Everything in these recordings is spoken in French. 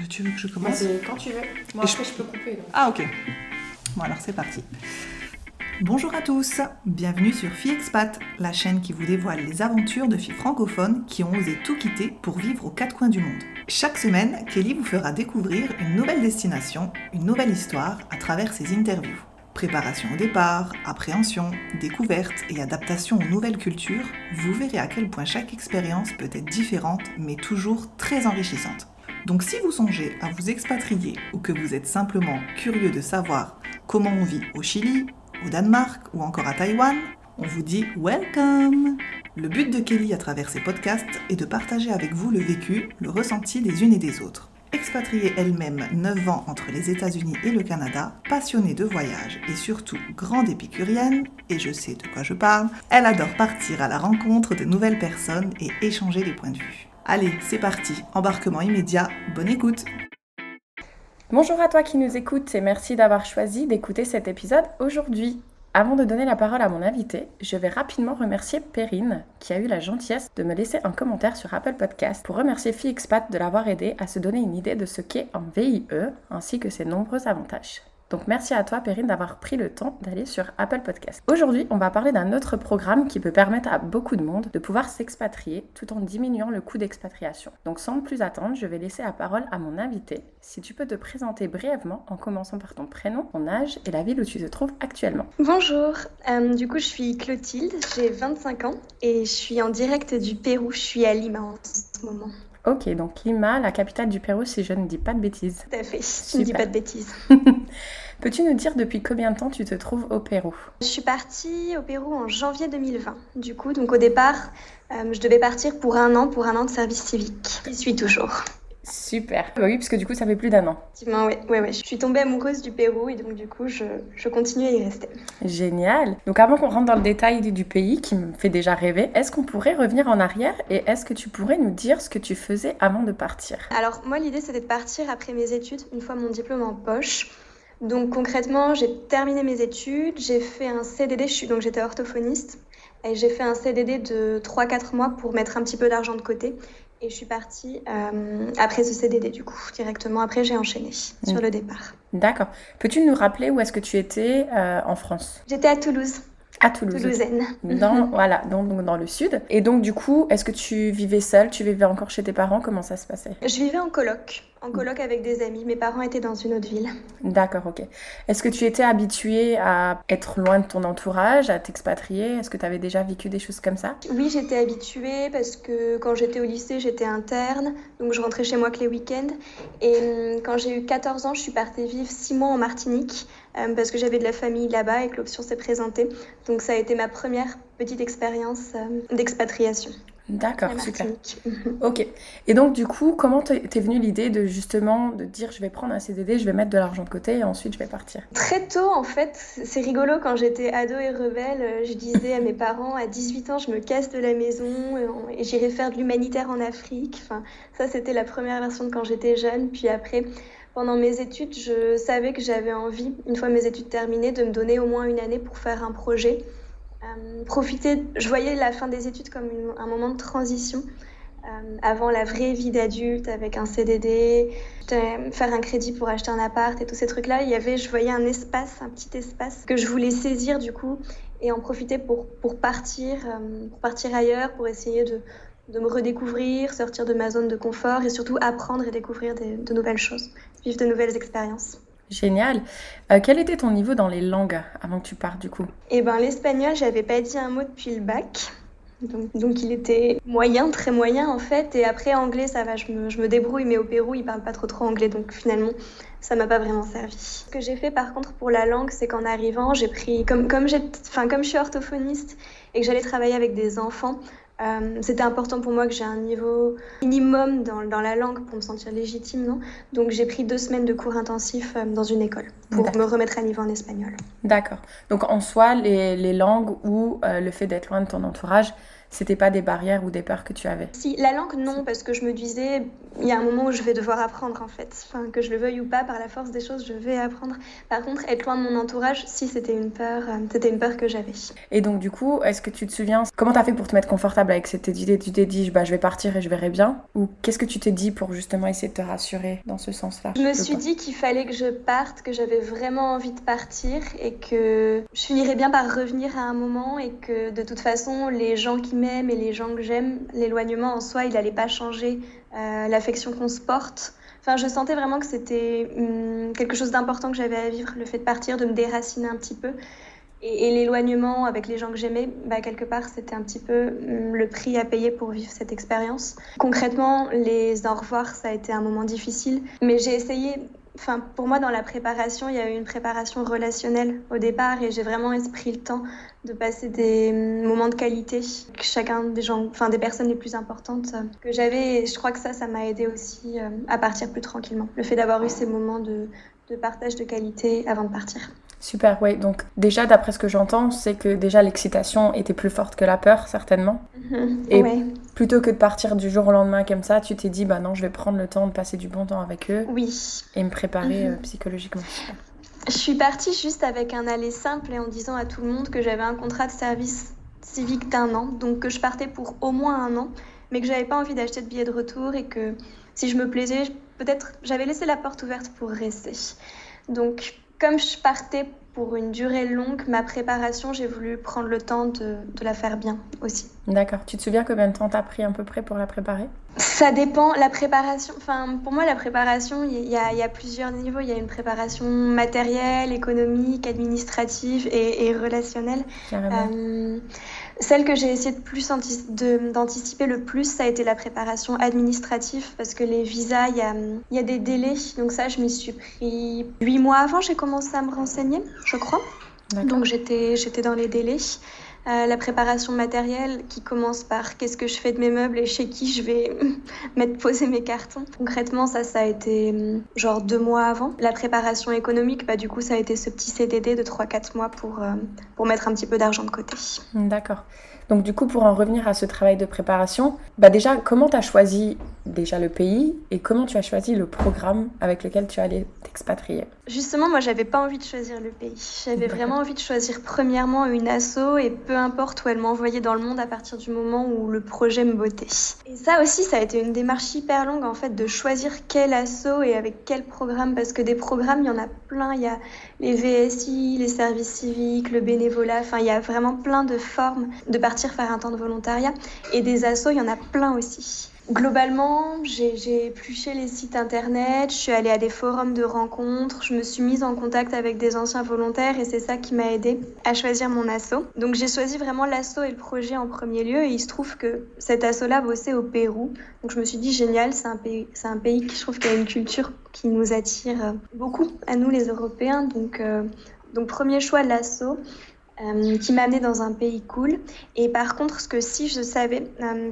tu veux que je commence ? C'est quand tu veux. Moi, après, je peux couper. Donc. Ah, ok. Bon, alors c'est parti. Bonjour à tous, bienvenue sur Filles Expat, la chaîne qui vous dévoile les aventures de filles francophones qui ont osé tout quitter pour vivre aux quatre coins du monde. Chaque semaine, Kelly vous fera découvrir une nouvelle destination, une nouvelle histoire à travers ses interviews. Préparation au départ, appréhension, découverte et adaptation aux nouvelles cultures, vous verrez à quel point chaque expérience peut être différente mais toujours très enrichissante. Donc si vous songez à vous expatrier ou que vous êtes simplement curieux de savoir comment on vit au Chili, au Danemark ou encore à Taïwan, on vous dit welcome! Le but de Kelly à travers ses podcasts est de partager avec vous le vécu, le ressenti des unes et des autres. Expatriée elle-même 9 ans entre les États-Unis et le Canada, passionnée de voyage et surtout grande épicurienne, et je sais de quoi je parle, elle adore partir à la rencontre de nouvelles personnes et échanger des points de vue. Allez, c'est parti, embarquement immédiat, bonne écoute! Bonjour à toi qui nous écoutes et merci d'avoir choisi d'écouter cet épisode aujourd'hui. Avant de donner la parole à mon invité, je vais rapidement remercier Perrine qui a eu la gentillesse de me laisser un commentaire sur Apple Podcast pour remercier Filles Expat de l'avoir aidé à se donner une idée de ce qu'est un VIE ainsi que ses nombreux avantages. Donc merci à toi Perrine d'avoir pris le temps d'aller sur Apple Podcast. Aujourd'hui, on va parler d'un autre programme qui peut permettre à beaucoup de monde de pouvoir s'expatrier tout en diminuant le coût d'expatriation. Donc sans plus attendre, je vais laisser la parole à mon invité. Si tu peux te présenter brièvement en commençant par ton prénom, ton âge et la ville où tu te trouves actuellement. Bonjour, du coup je suis Clotilde, j'ai 25 ans et je suis en direct du Pérou, je suis à Lima en ce moment. Ok, donc Lima, la capitale du Pérou, si je ne dis pas de bêtises. Tout à fait, je ne dis pas de bêtises. Peux-tu nous dire depuis combien de temps tu te trouves au Pérou ? Je suis partie au Pérou en janvier 2020. Du coup, donc au départ, je devais partir pour un an de service civique. J'y suis toujours. Super. Oui, parce que du coup, ça fait plus d'un an. Effectivement, ouais. Je suis tombée amoureuse du Pérou et donc du coup, je continue à y rester. Génial. Donc avant qu'on rentre dans le détail du pays qui me fait déjà rêver, est-ce qu'on pourrait revenir en arrière et est-ce que tu pourrais nous dire ce que tu faisais avant de partir ? Alors moi, l'idée, c'était de partir après mes études, une fois mon diplôme en poche. Donc concrètement, j'ai terminé mes études, j'ai fait un CDD, donc j'étais orthophoniste, et j'ai fait un CDD de 3-4 mois pour mettre un petit peu d'argent de côté. Et je suis partie après ce CDD du coup, directement. Après, j'ai enchaîné sur le départ. D'accord. Peux-tu nous rappeler où est-ce que tu étais en France ? J'étais à Toulouse. À Toulouse. Toulousaine. Dans le sud. Et donc du coup, est-ce que tu vivais seule ? Tu vivais encore chez tes parents ? Comment ça se passait ? Je vivais en coloc avec des amis. Mes parents étaient dans une autre ville. D'accord, ok. Est-ce que tu étais habituée à être loin de ton entourage, à t'expatrier ? Est-ce que tu avais déjà vécu des choses comme ça ? Oui, j'étais habituée parce que quand j'étais au lycée, j'étais interne. Donc je rentrais chez moi que les week-ends. Et quand j'ai eu 14 ans, je suis partie vivre 6 mois en Martinique parce que j'avais de la famille là-bas et que l'option s'est présentée. Donc ça a été ma première petite expérience d'expatriation. D'accord, super. Ok. Et donc du coup, comment t'es venue l'idée de justement de dire je vais prendre un CDD, je vais mettre de l'argent de côté et ensuite je vais partir ? Très tôt en fait, c'est rigolo, quand j'étais ado et rebelle, je disais à mes parents à 18 ans je me casse de la maison et j'irai faire de l'humanitaire en Afrique. Enfin, ça c'était la première version de quand j'étais jeune. Puis après, pendant mes études, je savais que j'avais envie, une fois mes études terminées, de me donner au moins une année pour faire un projet. Je voyais la fin des études comme un moment de transition avant la vraie vie d'adulte avec un CDD, faire un crédit pour acheter un appart et tous ces trucs-là. Je voyais un petit espace que je voulais saisir du coup et en profiter pour partir ailleurs, pour essayer de me redécouvrir, sortir de ma zone de confort et surtout apprendre et découvrir de nouvelles choses, vivre de nouvelles expériences. Génial. Quel était ton niveau dans les langues avant que tu partes du coup ? L'espagnol, j'avais pas dit un mot depuis le bac. Donc il était moyen, très moyen en fait. Et après anglais, ça va, je me débrouille, mais au Pérou, ils parlent pas trop anglais. Donc finalement, ça m'a pas vraiment servi. Ce que j'ai fait par contre pour la langue, c'est qu'en arrivant, j'ai pris, comme je suis orthophoniste et que j'allais travailler avec des enfants, c'était important pour moi que j'ai un niveau minimum dans la langue pour me sentir légitime, non ? Donc j'ai pris 2 semaines de cours intensifs dans une école pour me remettre à niveau en espagnol. D'accord. Donc en soi, les langues ou le fait d'être loin de ton entourage, c'était pas des barrières ou des peurs que tu avais? Si, la langue, non, parce que je me disais, il y a un moment où je vais devoir apprendre, en fait. Enfin, que je le veuille ou pas, par la force des choses, je vais apprendre. Par contre, être loin de mon entourage, si, c'était une peur que j'avais. Et donc, du coup, est-ce que tu te souviens, comment t'as fait pour te mettre confortable avec cette idée? Tu t'es dit, je vais partir et je verrai bien? Ou qu'est-ce que tu t'es dit pour justement essayer de te rassurer dans ce sens-là? Je me suis dit qu'il fallait que je parte, que j'avais vraiment envie de partir et que je finirais bien par revenir à un moment et que de toute façon, les gens qui m'aiment et les gens que j'aime, l'éloignement en soi, il n'allait pas changer l'affection qu'on se porte. Enfin, je sentais vraiment que c'était quelque chose d'important que j'avais à vivre, le fait de partir, de me déraciner un petit peu. Et l'éloignement avec les gens que j'aimais, quelque part, c'était un petit peu le prix à payer pour vivre cette expérience. Concrètement, les au revoir, ça a été un moment difficile, mais j'ai essayé... Enfin, pour moi, dans la préparation, il y a eu une préparation relationnelle au départ et j'ai vraiment pris le temps de passer des moments de qualité avec chacun des gens, enfin des personnes les plus importantes que j'avais. Et je crois que ça m'a aidé aussi à partir plus tranquillement. Le fait d'avoir eu ces moments de partage de qualité avant de partir. Super, oui. Donc déjà, d'après ce que j'entends, c'est que déjà l'excitation était plus forte que la peur, certainement. Et plutôt que de partir du jour au lendemain comme ça, tu t'es dit, non, je vais prendre le temps de passer du bon temps avec eux. Oui. Et me préparer psychologiquement. Je suis partie juste avec un aller simple et en disant à tout le monde que j'avais un contrat de service civique d'1 an, donc que je partais pour au moins 1 an, mais que j'avais pas envie d'acheter de billets de retour et que si je me plaisais, peut-être j'avais laissé la porte ouverte pour rester. Donc, comme je partais pour une durée longue, ma préparation, j'ai voulu prendre le temps de la faire bien aussi. D'accord. Tu te souviens combien de temps t'as pris à peu près pour la préparer? Ça dépend. La préparation, pour moi, la préparation, il y a plusieurs niveaux. Il y a une préparation matérielle, économique, administrative et relationnelle. Celle que j'ai essayé d'anticiper le plus, ça a été la préparation administrative parce que les visas, il y a des délais. Donc ça, je m'y suis pris 8 mois avant, j'ai commencé à me renseigner, je crois. D'accord. Donc j'étais dans les délais. La préparation matérielle qui commence par qu'est-ce que je fais de mes meubles et chez qui je vais poser mes cartons. Concrètement, ça a été genre 2 mois avant. La préparation économique, du coup, ça a été ce petit CDD de 3-4 mois pour mettre un petit peu d'argent de côté. D'accord. Donc du coup, pour en revenir à ce travail de préparation, déjà, comment tu as choisi le pays et comment tu as choisi le programme avec lequel tu allais t'expatrier? Justement, moi, j'avais pas envie de choisir le pays. J'avais vraiment envie de choisir premièrement une asso et peu importe où elle m'envoyait dans le monde à partir du moment où le projet me bottait. Et ça aussi, ça a été une démarche hyper longue en fait de choisir quel asso et avec quel programme parce que des programmes, il y en a plein. Il y a les VSI, les services civiques, le bénévolat. Enfin, il y a vraiment plein de formes de partir faire un temps de volontariat. Et des assos, il y en a plein aussi. Globalement, j'ai épluché les sites internet, je suis allée à des forums de rencontres, je me suis mise en contact avec des anciens volontaires et c'est ça qui m'a aidée à choisir mon asso. Donc j'ai choisi vraiment l'asso et le projet en premier lieu et il se trouve que cet asso-là bossait au Pérou. Donc je me suis dit génial, c'est un pays qui je trouve qu'il y a une culture qui nous attire beaucoup à nous les Européens. Donc premier choix de l'asso. Qui m'a amenée dans un pays cool. Et par contre, ce que si je savais,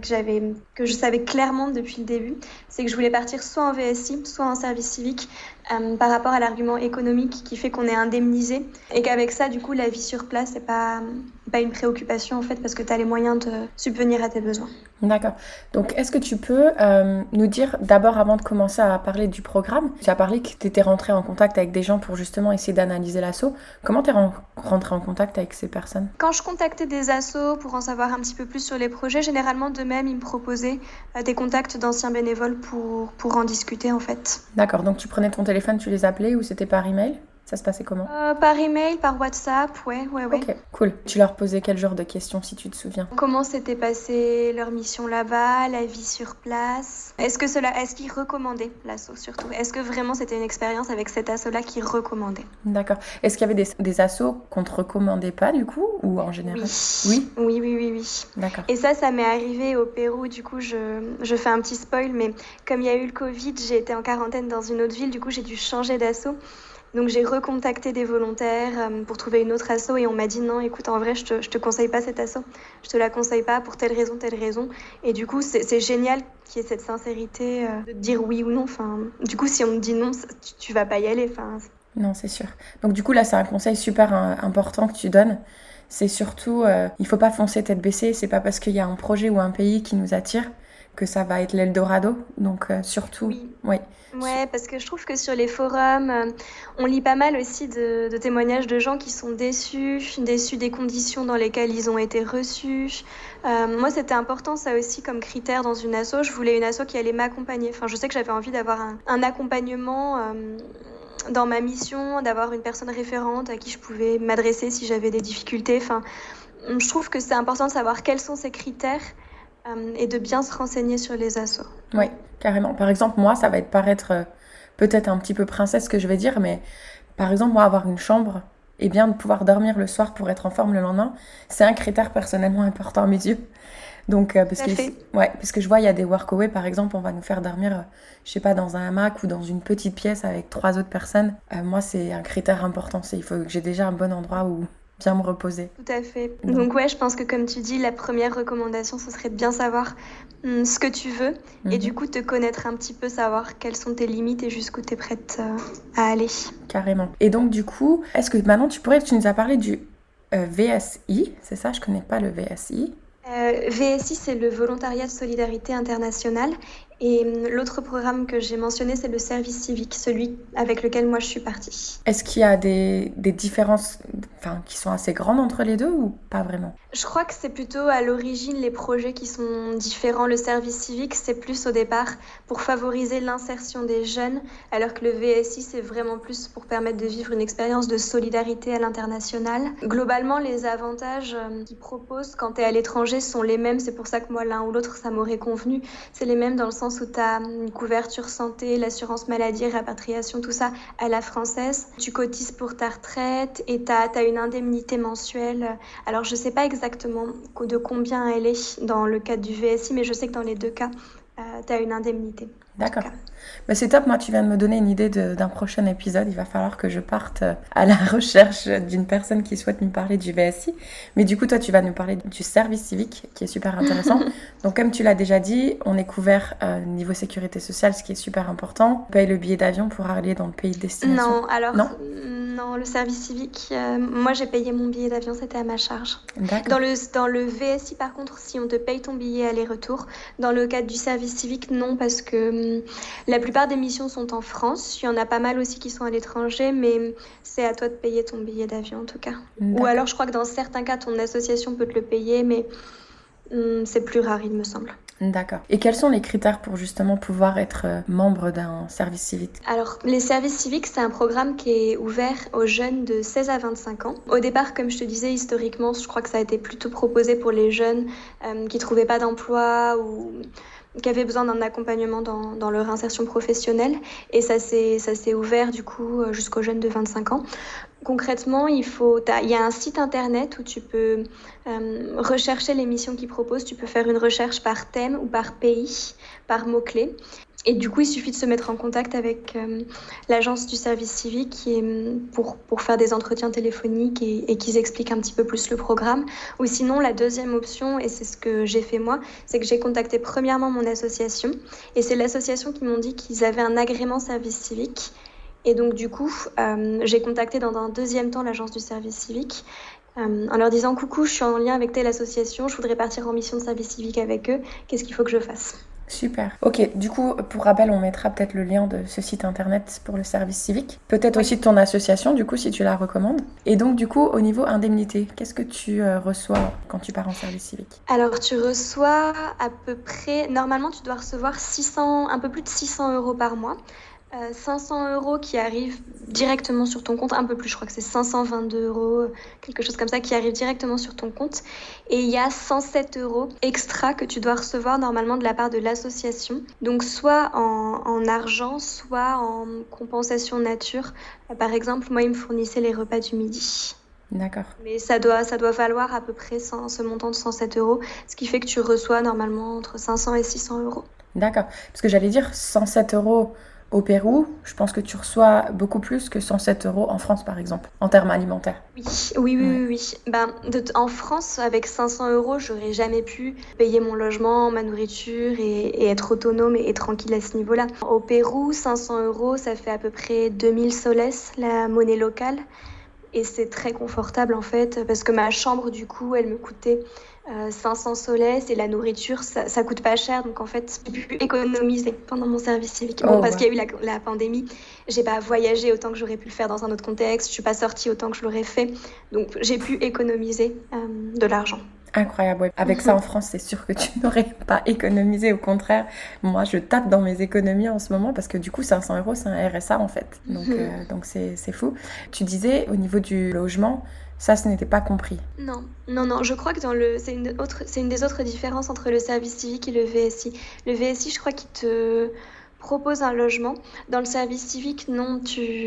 que je savais clairement depuis le début, c'est que je voulais partir soit en VSI, soit en service civique, par rapport à l'argument économique qui fait qu'on est indemnisé et qu'avec ça, du coup, la vie sur place, c'est pas une préoccupation en fait parce que tu as les moyens de subvenir à tes besoins. D'accord. Donc, est-ce que tu peux nous dire, d'abord, avant de commencer à parler du programme, tu as parlé que tu étais rentrée en contact avec des gens pour justement essayer d'analyser l'asso. Comment tu es rentrée en contact avec ces personnes? Quand je contactais des assos pour en savoir un petit peu plus sur les projets, généralement, d'eux-mêmes, ils me proposaient des contacts d'anciens bénévoles pour en discuter en fait. D'accord. Donc, tu prenais ton téléphone, tu les appelais ou c'était par email? Ça se passait comment? Par email, par WhatsApp, ouais. Ok, cool. Tu leur posais quel genre de questions si tu te souviens? Comment s'était passée leur mission là-bas, la vie sur place? Est-ce qu'ils recommandaient l'asso surtout? Est-ce que vraiment c'était une expérience avec cet asso-là qu'ils recommandaient? D'accord. Est-ce qu'il y avait des assos qu'on te recommandait pas du coup ou en général? Oui. Oui. D'accord. Et ça m'est arrivé au Pérou. Du coup, je fais un petit spoil, mais comme il y a eu le Covid, j'ai été en quarantaine dans une autre ville. Du coup, j'ai dû changer d'asso. Donc j'ai recontacté des volontaires pour trouver une autre asso et on m'a dit non, écoute, en vrai, je te conseille pas cette asso. Je te la conseille pas pour telle raison. Et du coup, c'est génial qu'il y ait cette sincérité de dire oui ou non. Enfin, du coup, si on me dit non, tu vas pas y aller. Enfin, non, c'est sûr. Donc du coup, là, c'est un conseil super important que tu donnes. C'est surtout, il faut pas foncer tête baissée. C'est pas parce qu'il y a un projet ou un pays qui nous attire que ça va être l'Eldorado. Donc surtout, oui. Ouais, parce que je trouve que sur les forums, on lit pas mal aussi de témoignages de gens qui sont déçus des conditions dans lesquelles ils ont été reçus. Moi, c'était important ça aussi comme critère dans une asso. Je voulais une asso qui allait m'accompagner. Enfin, je sais que j'avais envie d'avoir un accompagnement dans ma mission, d'avoir une personne référente à qui je pouvais m'adresser si j'avais des difficultés. Enfin, je trouve que c'est important de savoir quels sont ces critères et de bien se renseigner sur les assos. Oui, carrément. Par exemple, moi, ça va paraître peut-être un petit peu princesse ce que je vais dire, mais par exemple, moi, avoir une chambre et bien de pouvoir dormir le soir pour être en forme le lendemain, c'est un critère personnellement important à mes yeux. Donc, parce que je vois, il y a des workaway, par exemple, on va nous faire dormir, je sais pas, dans un hamac ou dans une petite pièce avec 3 autres personnes. Moi, c'est un critère important. Il faut que j'ai déjà un bon endroit où bien me reposer. Tout à fait. Donc ouais, je pense que comme tu dis, la première recommandation, ce serait de bien savoir ce que tu veux et du coup te connaître un petit peu, savoir quelles sont tes limites et jusqu'où tu es prête à aller. Carrément. Et donc du coup, est-ce que maintenant tu nous as parlé du VSI, c'est ça? Je connais pas le VSI. VSI, c'est le volontariat de solidarité internationale. Et l'autre programme que j'ai mentionné, c'est le service civique, celui avec lequel moi je suis partie. Est-ce qu'il y a des différences qui sont assez grandes entre les deux ou pas vraiment? Je crois que c'est plutôt à l'origine les projets qui sont différents. Le service civique, c'est plus au départ pour favoriser l'insertion des jeunes, alors que le VSI, c'est vraiment plus pour permettre de vivre une expérience de solidarité à l'international. Globalement, les avantages qu'ils proposent quand tu es à l'étranger sont les mêmes. C'est pour ça que moi, l'un ou l'autre, ça m'aurait convenu. C'est les mêmes dans le sens où tu as une couverture santé, l'assurance maladie, répatriation, tout ça à la française. Tu cotises pour ta retraite et tu as une indemnité mensuelle. Alors, je sais pas exactement de combien elle est dans le cadre du VSI, mais je sais que dans les deux cas, tu as une indemnité. D'accord. Bah c'est top, moi tu viens de me donner une idée d'un prochain épisode. Il va falloir que je parte à la recherche d'une personne qui souhaite nous parler du VSI. Mais du coup, toi tu vas nous parler du service civique qui est super intéressant. Donc comme tu l'as déjà dit, on est couvert niveau sécurité sociale, ce qui est super important. On paye le billet d'avion pour aller dans le pays de destination. Non, le service civique, moi j'ai payé mon billet d'avion, c'était à ma charge. D'accord. Dans le VSI par contre, si on te paye ton billet aller-retour, dans le cadre du service civique, non, parce que la plupart des missions sont en France. Il y en a pas mal aussi qui sont à l'étranger, mais c'est à toi de payer ton billet d'avion en tout cas. D'accord. Ou alors je crois que dans certains cas, ton association peut te le payer, mais c'est plus rare, il me semble. D'accord. Et quels sont les critères pour justement pouvoir être membre d'un service civique? Alors, les services civiques, c'est un programme qui est ouvert aux jeunes de 16 à 25 ans. Au départ, comme je te disais, historiquement, je crois que ça a été plutôt proposé pour les jeunes qui ne trouvaient pas d'emploi ou qui avaient besoin d'un accompagnement dans leur insertion professionnelle. Et ça s'est ouvert du coup jusqu'aux jeunes de 25 ans. Concrètement, il y a un site internet où tu peux rechercher les missions qu'ils proposent. Tu peux faire une recherche par thème ou par pays, par mots-clés. Et du coup, il suffit de se mettre en contact avec l'agence du service civique pour faire des entretiens téléphoniques et qu'ils expliquent un petit peu plus le programme. Ou sinon, la deuxième option, et c'est ce que j'ai fait moi, c'est que j'ai contacté premièrement mon association. Et c'est l'association qui m'ont dit qu'ils avaient un agrément service civique. Et donc, du coup, j'ai contacté dans un deuxième temps l'agence du service civique en leur disant « Coucou, je suis en lien avec telle association, je voudrais partir en mission de service civique avec eux. Qu'est-ce qu'il faut que je fasse ?» Super. Ok, du coup, pour rappel, on mettra peut-être le lien de ce site internet pour le service civique. Peut-être aussi de ton association, du coup, si tu la recommandes. Et donc, du coup, au niveau indemnité, qu'est-ce que tu reçois quand tu pars en service civique? Alors, tu reçois à peu près... Normalement, tu dois recevoir un peu plus de 600 € par mois. 500 € qui arrivent directement sur ton compte, un peu plus, je crois que c'est 522 €, quelque chose comme ça, qui arrive directement sur ton compte. Et il y a 107 € extra que tu dois recevoir normalement de la part de l'association. Donc soit en argent, soit en compensation nature. Par exemple, moi, ils me fournissaient les repas du midi. D'accord. Mais ça doit valoir à peu près ce montant de 107 €, ce qui fait que tu reçois normalement entre 500 et 600 €. D'accord. Parce que j'allais dire 107 € au Pérou, je pense que tu reçois beaucoup plus que 107 € en France, par exemple, en termes alimentaires. Oui. En France, avec 500 €, j'aurais jamais pu payer mon logement, ma nourriture et être autonome et tranquille à ce niveau-là. Au Pérou, 500 €, ça fait à peu près 2000 soles, la monnaie locale. et c'est très confortable en fait parce que ma chambre du coup elle me coûtait 500 soles et la nourriture ça coûte pas cher, donc en fait j'ai pu économiser pendant mon service civique. Bon, parce qu'il y a eu la pandémie, j'ai pas voyagé autant que j'aurais pu le faire dans un autre contexte, je suis pas sortie autant que je l'aurais fait, donc j'ai pu économiser de l'argent. Incroyable, ouais. Avec ça en France, c'est sûr que tu n'aurais pas économisé. Au contraire, moi je tape dans mes économies en ce moment parce que du coup 500 €, c'est un RSA en fait. Donc c'est fou. Tu disais au niveau du logement, ça ce n'était pas compris. Non, je crois que c'est une des autres différences entre le service civique et le VSI. Le VSI, je crois qu'il te propose un logement. Dans le service civique, non,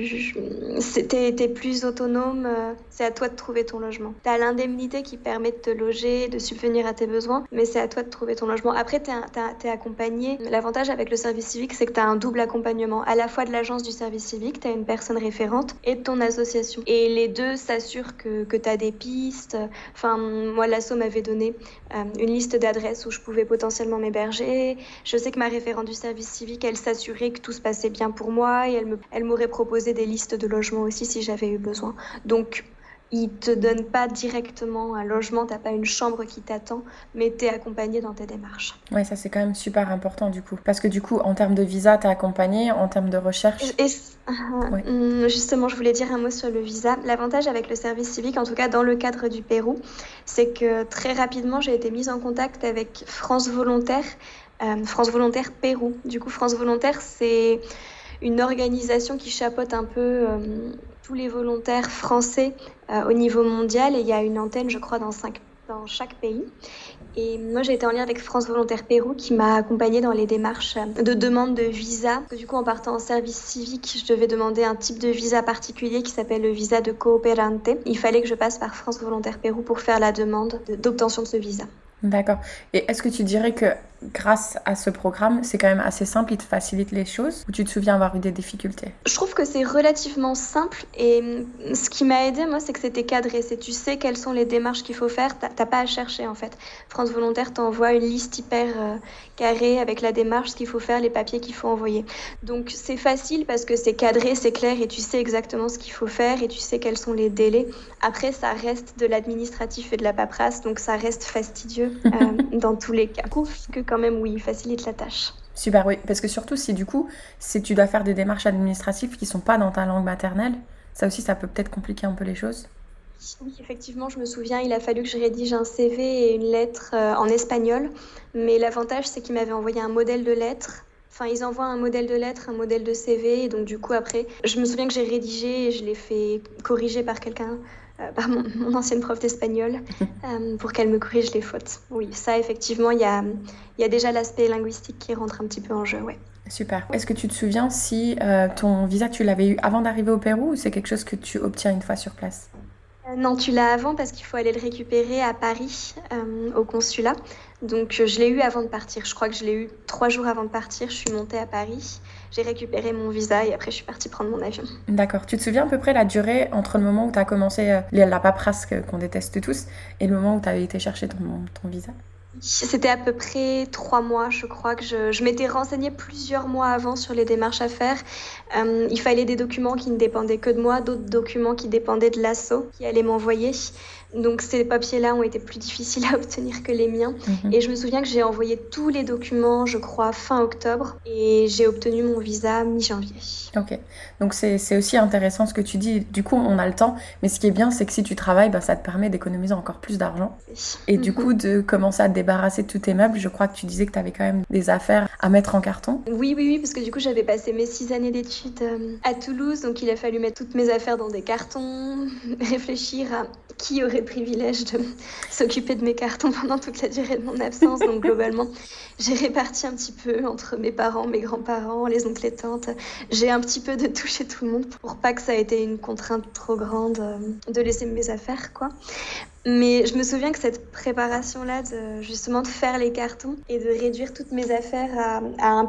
t'es plus autonome, c'est à toi de trouver ton logement. T'as l'indemnité qui permet de te loger, de subvenir à tes besoins, mais c'est à toi de trouver ton logement. Après, t'es accompagné. L'avantage avec le service civique, c'est que t'as un double accompagnement, à la fois de l'agence du service civique, t'as une personne référente, et de ton association. Et les deux s'assurent que t'as des pistes. Enfin, moi, l'asso m'avait donné une liste d'adresses où je pouvais potentiellement m'héberger. Je sais que ma référente du service civique, elle s'assurer que tout se passait bien pour moi et elle m'aurait proposé des listes de logements aussi si j'avais eu besoin. Donc, ils te donnent pas directement un logement, t'as pas une chambre qui t'attend, mais t'es accompagné dans tes démarches. Ouais, ça c'est quand même super important du coup. Parce que du coup, en termes de visa, t'es accompagné, en termes de recherche... Justement, je voulais dire un mot sur le visa. L'avantage avec le service civique, en tout cas dans le cadre du Pérou, c'est que très rapidement, j'ai été mise en contact avec France Volontaire Pérou. Du coup, France Volontaire, c'est une organisation qui chapeaute un peu tous les volontaires français au niveau mondial. Et il y a une antenne, je crois, dans chaque pays. Et moi, j'ai été en lien avec France Volontaire Pérou qui m'a accompagnée dans les démarches de demande de visa. Du coup, en partant en service civique, je devais demander un type de visa particulier qui s'appelle le visa de coopérante. Il fallait que je passe par France Volontaire Pérou pour faire la demande d'obtention de ce visa. D'accord. Et est-ce que tu dirais que grâce à ce programme, c'est quand même assez simple, il te facilite les choses, ou tu te souviens avoir eu des difficultés? Je trouve que c'est relativement simple et ce qui m'a aidée, moi, c'est que c'était cadré. Tu sais quelles sont les démarches qu'il faut faire, t'as pas à chercher en fait. France Volontaire t'envoie une liste hyper carrée avec la démarche, ce qu'il faut faire, les papiers qu'il faut envoyer. Donc c'est facile parce que c'est cadré, c'est clair et tu sais exactement ce qu'il faut faire et tu sais quels sont les délais. Après, ça reste de l'administratif et de la paperasse, donc ça reste fastidieux dans tous les cas. Je trouve que quand même, oui, il facilite la tâche. Super, oui, parce que surtout si tu dois faire des démarches administratives qui sont pas dans ta langue maternelle, ça aussi, ça peut peut-être compliquer un peu les choses. Oui, effectivement, je me souviens, il a fallu que je rédige un CV et une lettre en espagnol, mais l'avantage, c'est qu'ils m'avaient envoyé un modèle de lettre. Enfin, ils envoient un modèle de lettre, un modèle de CV, et donc du coup, après, je me souviens que j'ai rédigé et je l'ai fait corriger par quelqu'un, par mon ancienne prof d'espagnol, pour qu'elle me corrige les fautes. Oui, ça, effectivement, il y a déjà l'aspect linguistique qui rentre un petit peu en jeu, ouais. Super. Est-ce que tu te souviens si ton visa, tu l'avais eu avant d'arriver au Pérou ou c'est quelque chose que tu obtiens une fois sur place? Non, tu l'as avant parce qu'il faut aller le récupérer à Paris, au consulat. Donc, je l'ai eu avant de partir. Je crois que je l'ai eu 3 jours avant de partir. Je suis montée à Paris, j'ai récupéré mon visa et après, je suis partie prendre mon avion. D'accord. Tu te souviens à peu près la durée entre le moment où tu as commencé la paperasse qu'on déteste tous et le moment où tu avais été chercher ton visa? C'était à peu près 3 mois, je crois que je m'étais renseignée plusieurs mois avant sur les démarches à faire. Il fallait des documents qui ne dépendaient que de moi, d'autres documents qui dépendaient de l'asso qui allait m'envoyer. Donc ces papiers-là ont été plus difficiles à obtenir que les miens. Et je me souviens que j'ai envoyé tous les documents, je crois, fin octobre. Et j'ai obtenu mon visa mi-janvier. Ok, donc c'est aussi intéressant ce que tu dis. Du coup, on a le temps. Mais ce qui est bien, c'est que si tu travailles, ça te permet d'économiser encore plus d'argent. Et du coup, de commencer à te débarrasser de tous tes meubles. Je crois que tu disais que tu avais quand même des affaires à mettre en carton. Oui, parce que du coup, j'avais passé mes 6 années d'études à Toulouse. Donc il a fallu mettre toutes mes affaires dans des cartons, réfléchir à qui aurait le privilège de s'occuper de mes cartons pendant toute la durée de mon absence. Donc globalement, j'ai réparti un petit peu entre mes parents, mes grands-parents, les oncles et tantes. J'ai un petit peu de tout chez tout le monde pour pas que ça ait été une contrainte trop grande de laisser mes affaires, quoi. Mais je me souviens que cette préparation-là, justement de faire les cartons et de réduire toutes mes affaires à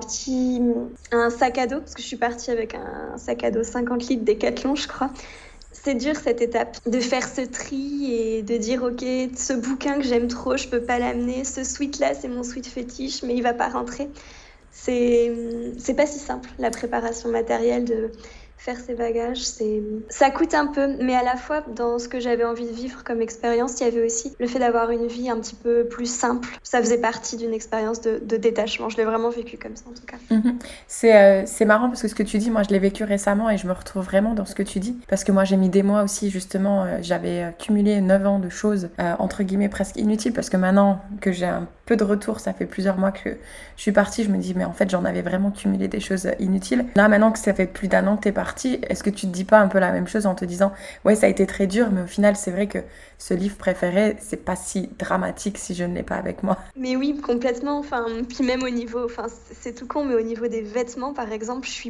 un sac à dos, parce que je suis partie avec un sac à dos 50 litres Décathlon, je crois. C'est dur cette étape, de faire ce tri et de dire ok, ce bouquin que j'aime trop, je peux pas l'amener, ce sweat-là, c'est mon sweat fétiche, mais il va pas rentrer. C'est pas si simple, la préparation matérielle, de faire ses bagages, ça coûte un peu, mais à la fois dans ce que j'avais envie de vivre comme expérience, il y avait aussi le fait d'avoir une vie un petit peu plus simple. Ça faisait partie d'une expérience de détachement. Je l'ai vraiment vécu comme ça en tout cas. C'est marrant parce que ce que tu dis, moi je l'ai vécu récemment et je me retrouve vraiment dans ce que tu dis. Parce que moi j'ai mis des mois aussi justement, j'avais cumulé 9 ans de choses entre guillemets presque inutiles parce que maintenant que j'ai un peu de retour, ça fait plusieurs mois que je suis partie, je me dis mais en fait j'en avais vraiment cumulé des choses inutiles. Là maintenant que ça fait plus d'1 an que t'es partie, est-ce que tu te dis pas un peu la même chose en te disant ouais ça a été très dur mais au final c'est vrai que ce livre préféré c'est pas si dramatique si je ne l'ai pas avec moi. Mais oui, complètement, enfin, puis même au niveau, enfin c'est tout con mais au niveau des vêtements par exemple, je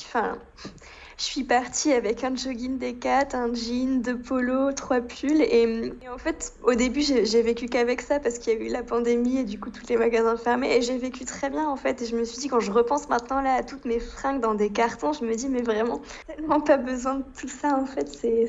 suis partie avec un jogging Decat, un jean, 2 polos, 3 pulls et en fait au début j'ai vécu qu'avec ça parce qu'il y a eu la pandémie et du coup tous les magasins fermés et j'ai vécu très bien en fait et je me suis dit quand je repense maintenant là à toutes mes fringues dans des cartons, je me dis mais vraiment tellement pas besoin de tout ça en fait, c'est...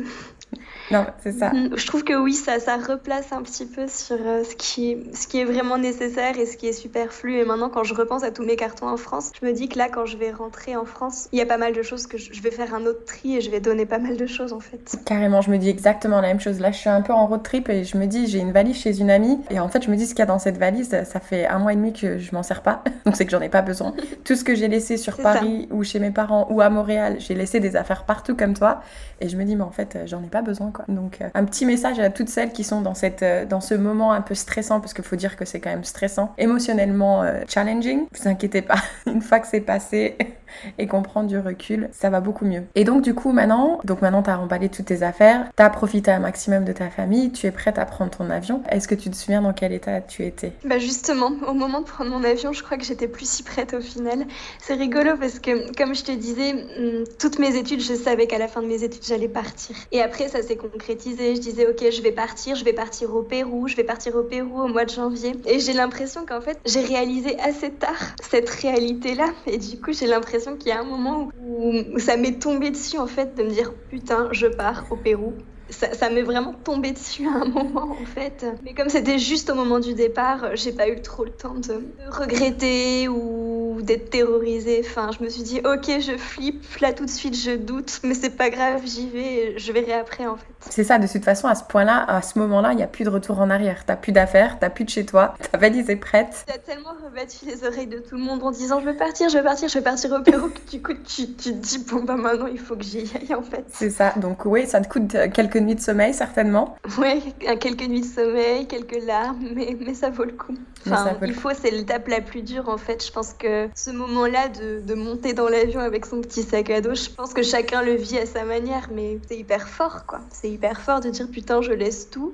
Non, c'est ça. Je trouve que oui, ça replace un petit peu sur ce qui est vraiment nécessaire et ce qui est superflu. Et maintenant, quand je repense à tous mes cartons en France, je me dis que là, quand je vais rentrer en France, il y a pas mal de choses que je vais faire un autre tri et je vais donner pas mal de choses en fait. Carrément, je me dis exactement la même chose. Là, je suis un peu en road trip et je me dis, j'ai une valise chez une amie. Et en fait, je me dis, ce qu'il y a dans cette valise, ça fait 1 mois et demi que je m'en sers pas. Donc, c'est que j'en ai pas besoin. Tout ce que j'ai laissé sur Paris ou chez mes parents ou à Montréal, j'ai laissé des affaires partout comme toi. Et je me dis, mais en fait, j'en ai pas besoin, quoi. Donc, un petit message à toutes celles qui sont dans ce moment un peu stressant, parce qu'il faut dire que c'est quand même stressant, émotionnellement challenging. Vous inquiétez pas, une fois que c'est passé et qu'on prend du recul, ça va beaucoup mieux. Et donc, du coup, maintenant t'as remballé toutes tes affaires, t'as profité un maximum de ta famille, tu es prête à prendre ton avion. Est-ce que tu te souviens dans quel état tu étais ? Bah justement, au moment de prendre mon avion, je crois que j'étais plus si prête au final. C'est rigolo parce que, comme je te disais, toutes mes études, je savais qu'à la fin de mes études, j'allais partir. Et après, ça s'est concrétisé. Je disais, ok, je vais partir au Pérou, au mois de janvier. Et j'ai l'impression qu'en fait, j'ai réalisé assez tard cette réalité-là. Et du coup, j'ai l'impression qu'il y a un moment où ça m'est tombé dessus, en fait, de me dire, putain, je pars au Pérou. Ça m'est vraiment tombé dessus à un moment en fait. Mais comme c'était juste au moment du départ, j'ai pas eu trop le temps de regretter ou d'être terrorisée. Enfin, je me suis dit ok, je flippe, là tout de suite je doute, mais c'est pas grave, j'y vais, je verrai après en fait. C'est ça, de toute façon, à ce point-là, à ce moment-là, il n'y a plus de retour en arrière. T'as plus d'affaires, t'as plus de chez toi, ta valise est prête. T'as tellement rebattu les oreilles de tout le monde en disant je vais partir au Pérou que du coup tu te dis bon bah maintenant il faut que j'y aille en fait. C'est ça, donc oui, ça te coûte quelques nuits de sommeil certainement. Ouais, quelques nuits de sommeil, quelques larmes, mais ça vaut le coup. Enfin, c'est l'étape la plus dure en fait. Je pense que ce moment-là de monter dans l'avion avec son petit sac à dos, je pense que chacun le vit à sa manière, mais c'est hyper fort quoi. C'est hyper fort de dire putain je laisse tout.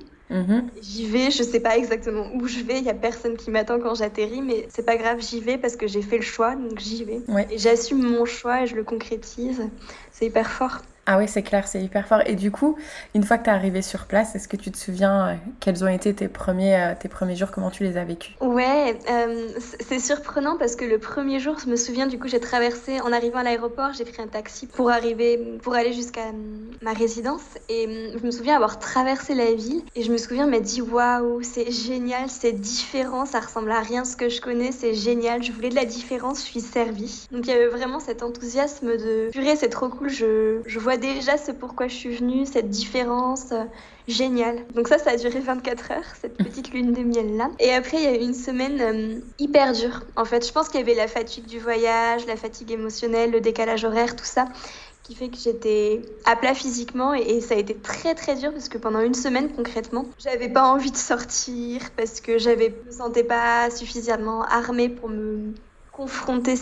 J'y vais, je sais pas exactement où je vais, il y a personne qui m'attend quand j'atterris, mais c'est pas grave, j'y vais parce que j'ai fait le choix, donc j'y vais. Ouais. Et j'assume mon choix et je le concrétise. C'est hyper fort. Ah oui, c'est clair, c'est hyper fort. Et du coup, une fois que t'es arrivée sur place, est-ce que tu te souviens quels ont été tes premiers jours, comment tu les as vécus ? Ouais, c'est surprenant parce que le premier jour, je me souviens, du coup, j'ai traversé, en arrivant à l'aéroport, j'ai pris un taxi pour aller jusqu'à ma résidence. Et je me souviens avoir traversé la ville et je me souviens m'être dit waouh, c'est génial, c'est différent, ça ressemble à rien ce que je connais, c'est génial, je voulais de la différence, je suis servie. Donc il y avait vraiment cet enthousiasme de purée, c'est trop cool, je vois déjà ce pourquoi je suis venue, cette différence, génial. Donc ça a duré 24 heures, cette petite lune de miel là. Et après il y a eu une semaine hyper dure. En fait, je pense qu'il y avait la fatigue du voyage, la fatigue émotionnelle, le décalage horaire, tout ça, qui fait que j'étais à plat physiquement et ça a été très très dur parce que pendant une semaine concrètement, j'avais pas envie de sortir parce que je me sentais pas suffisamment armée pour me confronter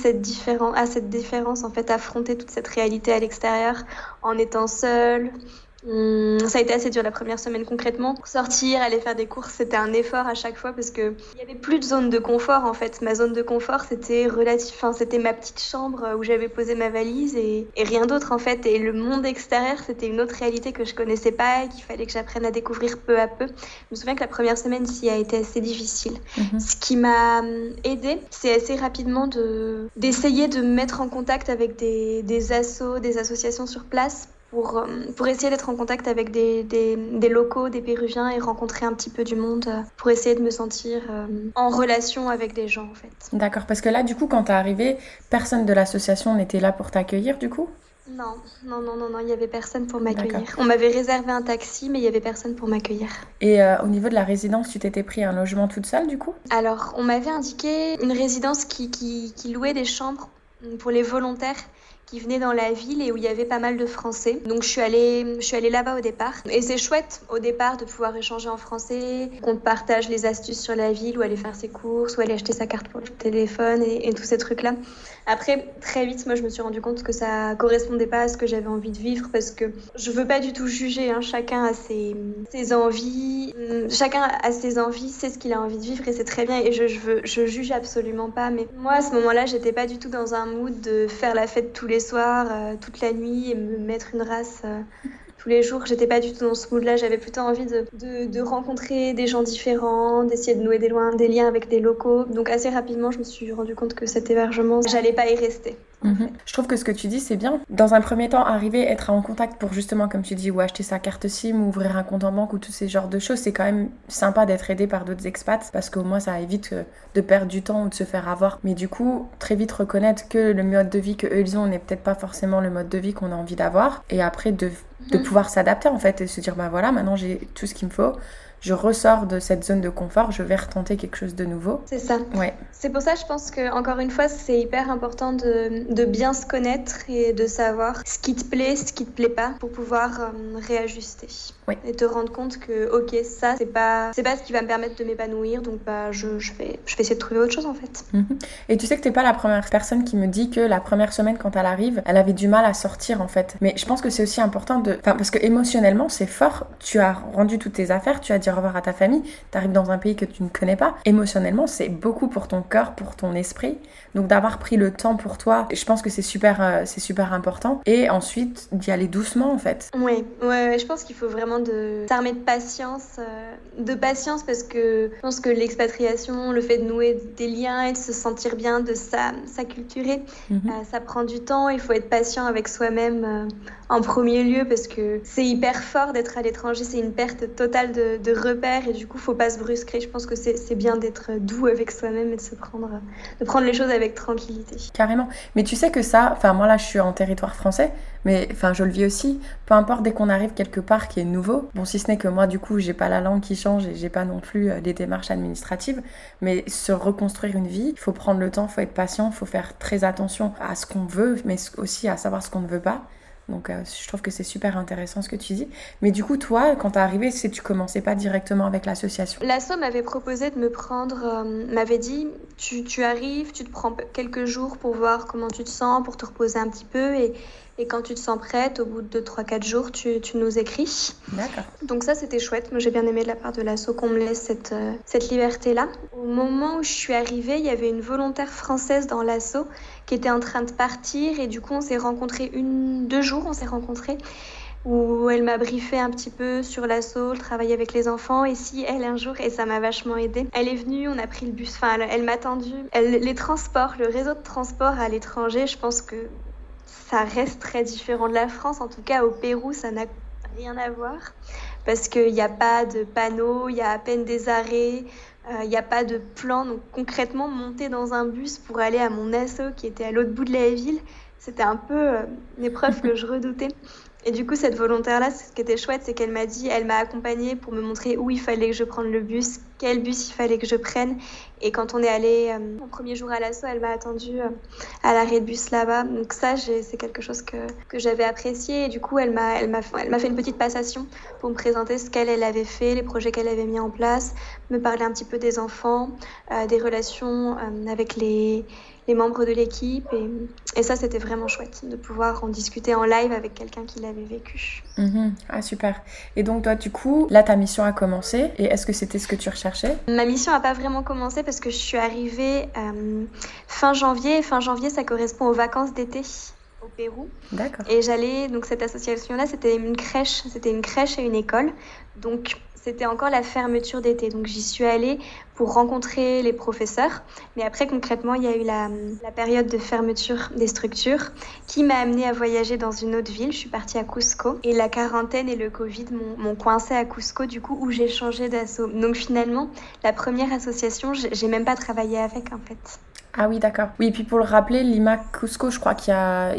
à cette différence, en fait, affronter toute cette réalité à l'extérieur en étant seule. Ça a été assez dur la première semaine concrètement. Sortir, aller faire des courses, c'était un effort à chaque fois parce que il y avait plus de zone de confort en fait. Ma zone de confort c'était c'était ma petite chambre où j'avais posé ma valise et rien d'autre en fait. Et le monde extérieur c'était une autre réalité que je connaissais pas et qu'il fallait que j'apprenne à découvrir peu à peu. Je me souviens que la première semaine a été assez difficile. Ce qui m'a aidée, c'est assez rapidement d'essayer de me mettre en contact avec des associations sur place. Pour essayer d'être en contact avec des locaux, des Péruviens et rencontrer un petit peu du monde pour essayer de me sentir en relation avec des gens en fait. D'accord, parce que là du coup quand t'es arrivée, personne de l'association n'était là pour t'accueillir du coup ? Non, non, non, non, non, il n'y avait personne pour m'accueillir. D'accord. On m'avait réservé un taxi, mais il n'y avait personne pour m'accueillir. Et au niveau de la résidence, tu t'étais pris un logement toute seule du coup? Alors, on m'avait indiqué une résidence qui louait des chambres pour les volontaires qui venaient dans la ville et où il y avait pas mal de Français. Donc, je suis allée là-bas au départ. Et c'est chouette au départ de pouvoir échanger en français, qu'on partage les astuces sur la ville, ou aller faire ses courses, ou aller acheter sa carte pour le téléphone et tous ces trucs-là. Après, très vite, moi, je me suis rendu compte que ça correspondait pas à ce que j'avais envie de vivre parce que je veux pas du tout juger, hein. Chacun a ses envies. Chacun a ses envies, c'est ce qu'il a envie de vivre et c'est très bien. Et je juge absolument pas. Mais moi, à ce moment-là, j'étais pas du tout dans un mood de faire la fête tous les soirs, toute la nuit et me mettre une race tous les jours. J'étais pas du tout dans ce mood-là. J'avais plutôt envie de rencontrer des gens différents, d'essayer de nouer des liens avec des locaux. Donc assez rapidement, je me suis rendu compte que cet hébergement, j'allais pas y rester. Je trouve que ce que tu dis, c'est bien. Dans un premier temps, arriver, être en contact pour justement, comme tu dis, ou acheter sa carte SIM, ou ouvrir un compte en banque, ou tous ces genres de choses, c'est quand même sympa d'être aidé par d'autres expats, parce qu'au moins ça évite de perdre du temps ou de se faire avoir. Mais du coup, très vite reconnaître que le mode de vie qu'eux ils ont n'est peut-être pas forcément le mode de vie qu'on a envie d'avoir, et après de pouvoir s'adapter en fait, et se dire, bah voilà, maintenant j'ai tout ce qu'il me faut. Je ressors de cette zone de confort, je vais retenter quelque chose de nouveau. C'est ça. Ouais. C'est pour ça, je pense que encore une fois, c'est hyper important de bien se connaître et de savoir ce qui te plaît, ce qui te plaît pas, pour pouvoir réajuster. Oui. Et te rendre compte que, ok, ça, c'est pas ce qui va me permettre de m'épanouir, donc bah, je vais essayer de trouver autre chose en fait. Et tu sais que t'es pas la première personne qui me dit que la première semaine, quand elle arrive, elle avait du mal à sortir en fait. Mais je pense que c'est aussi important parce que émotionnellement, c'est fort. Tu as rendu toutes tes affaires, tu as dit au revoir à ta famille, t'arrives dans un pays que tu ne connais pas. Émotionnellement, c'est beaucoup pour ton cœur, pour ton esprit. Donc d'avoir pris le temps pour toi, je pense que c'est super important. Et ensuite, d'y aller doucement en fait. Ouais, je pense qu'il faut vraiment s'armer de patience, parce que je pense que l'expatriation, le fait de nouer des liens et de se sentir bien, de s'acculturer, ça prend du temps. Il faut être patient avec soi-même en premier lieu parce que c'est hyper fort d'être à l'étranger, c'est une perte totale de repères et du coup, faut pas se brusquer. Je pense que c'est bien d'être doux avec soi-même et de prendre les choses avec tranquillité. Carrément. Mais tu sais que ça, moi là je suis en territoire français, mais je le vis aussi, peu importe dès qu'on arrive quelque part qui est nouveau, bon si ce n'est que moi du coup j'ai pas la langue qui change et j'ai pas non plus les démarches administratives, mais se reconstruire une vie, il faut prendre le temps, il faut être patient, il faut faire très attention à ce qu'on veut, mais aussi à savoir ce qu'on ne veut pas. Donc je trouve que c'est super intéressant ce que tu dis. Mais du coup, toi, quand t'es arrivée, tu commençais pas directement avec l'association? L'asso m'avait proposé de me prendre, m'avait dit, tu arrives, tu te prends quelques jours pour voir comment tu te sens, pour te reposer un petit peu et quand tu te sens prête, au bout de 3-4 jours, tu nous écris. D'accord. Donc ça, c'était chouette. Moi, j'ai bien aimé de la part de l'asso qu'on me laisse cette liberté-là. Au moment où je suis arrivée, il y avait une volontaire française dans l'asso qui était en train de partir et du coup, on s'est rencontrés 2 jours, on s'est rencontrés où elle m'a briefé un petit peu sur l'asso, le travail avec les enfants et si elle un jour, et ça m'a vachement aidée. Elle est venue, on a pris le bus, elle m'a attendu. Les transports, le réseau de transport à l'étranger, je pense que ça reste très différent de la France. En tout cas, au Pérou, ça n'a rien à voir parce qu'il n'y a pas de panneaux, il y a à peine des arrêts, il n'y a pas de plan. Donc concrètement, monter dans un bus pour aller à mon asso qui était à l'autre bout de la ville, c'était un peu une épreuve que je redoutais. Et du coup, cette volontaire-là, ce qui était chouette, c'est qu'elle m'a accompagnée pour me montrer où il fallait que je prenne le bus, quel bus il fallait que je prenne. Et quand on est allé mon premier jour à l'asso, elle m'a attendue à l'arrêt de bus là-bas. Donc ça, c'est quelque chose que j'avais apprécié. Et du coup, elle m'a fait une petite passation pour me présenter ce qu'elle avait fait, les projets qu'elle avait mis en place, me parler un petit peu des enfants, des relations avec les membres de l'équipe et ça c'était vraiment chouette de pouvoir en discuter en live avec quelqu'un qui l'avait vécu. Ah super. Et donc toi du coup là ta mission a commencé et est-ce que c'était ce que tu recherchais? Ma mission n'a pas vraiment commencé parce que je suis arrivée fin janvier ça correspond aux vacances d'été au Pérou. D'accord. Et donc cette association-là, c'était une crèche et une école. Donc c'était encore la fermeture d'été. Donc j'y suis allée pour rencontrer les professeurs. Mais après, concrètement, il y a eu la période de fermeture des structures qui m'a amenée à voyager dans une autre ville. Je suis partie à Cusco. Et la quarantaine et le Covid m'ont coincée à Cusco, du coup, où j'ai changé d'asso. Donc finalement, la première association, j'ai même pas travaillé avec, en fait. Ah oui, d'accord. Oui, et puis pour le rappeler, Lima Cusco, je crois qu'il y a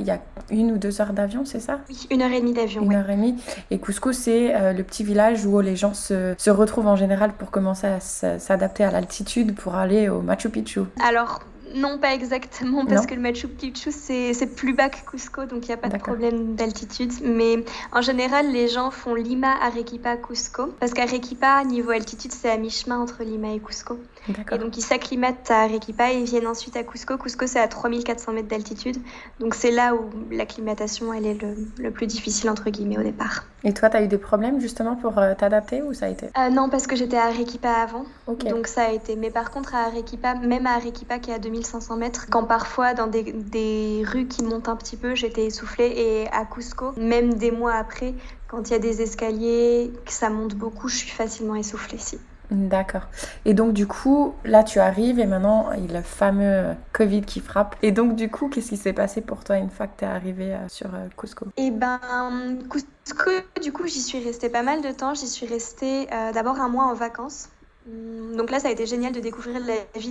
1 ou 2 heures d'avion, c'est ça? Oui, 1 heure et demie d'avion. 1 heure et demie. Et Cusco, c'est le petit village où les gens se retrouvent en général pour commencer à s'adapter à l'altitude pour aller au Machu Picchu. Alors, non, pas exactement, parce Non. que le Machu Picchu, c'est plus bas que Cusco, donc il n'y a pas de D'accord. problème d'altitude. Mais en général, les gens font Lima, Arequipa, Cusco, parce qu'Arequipa, niveau altitude, c'est à mi-chemin entre Lima et Cusco. Et D'accord. donc, ils s'acclimatent à Arequipa et ils viennent ensuite à Cusco. Cusco, c'est à 3400 mètres d'altitude. Donc, c'est là où l'acclimatation, elle est le plus difficile, entre guillemets, au départ. Et toi, t'as eu des problèmes justement pour t'adapter ou ça a été? Non, parce que j'étais à Arequipa avant. Ok. Donc ça a été. Mais par contre, à Arequipa, même à Arequipa qui est à 2500 mètres, quand parfois dans des rues qui montent un petit peu, j'étais essoufflée. Et à Cusco, même des mois après, quand il y a des escaliers, que ça monte beaucoup, je suis facilement essoufflée. Si. D'accord. Et donc du coup, là tu arrives et maintenant il y a le fameux Covid qui frappe. Et donc du coup, qu'est-ce qui s'est passé pour toi une fois que t'es arrivée sur Cusco? Et ben, Cusco, du coup, j'y suis restée pas mal de temps. J'y suis restée d'abord un mois en vacances. Donc là, ça a été génial de découvrir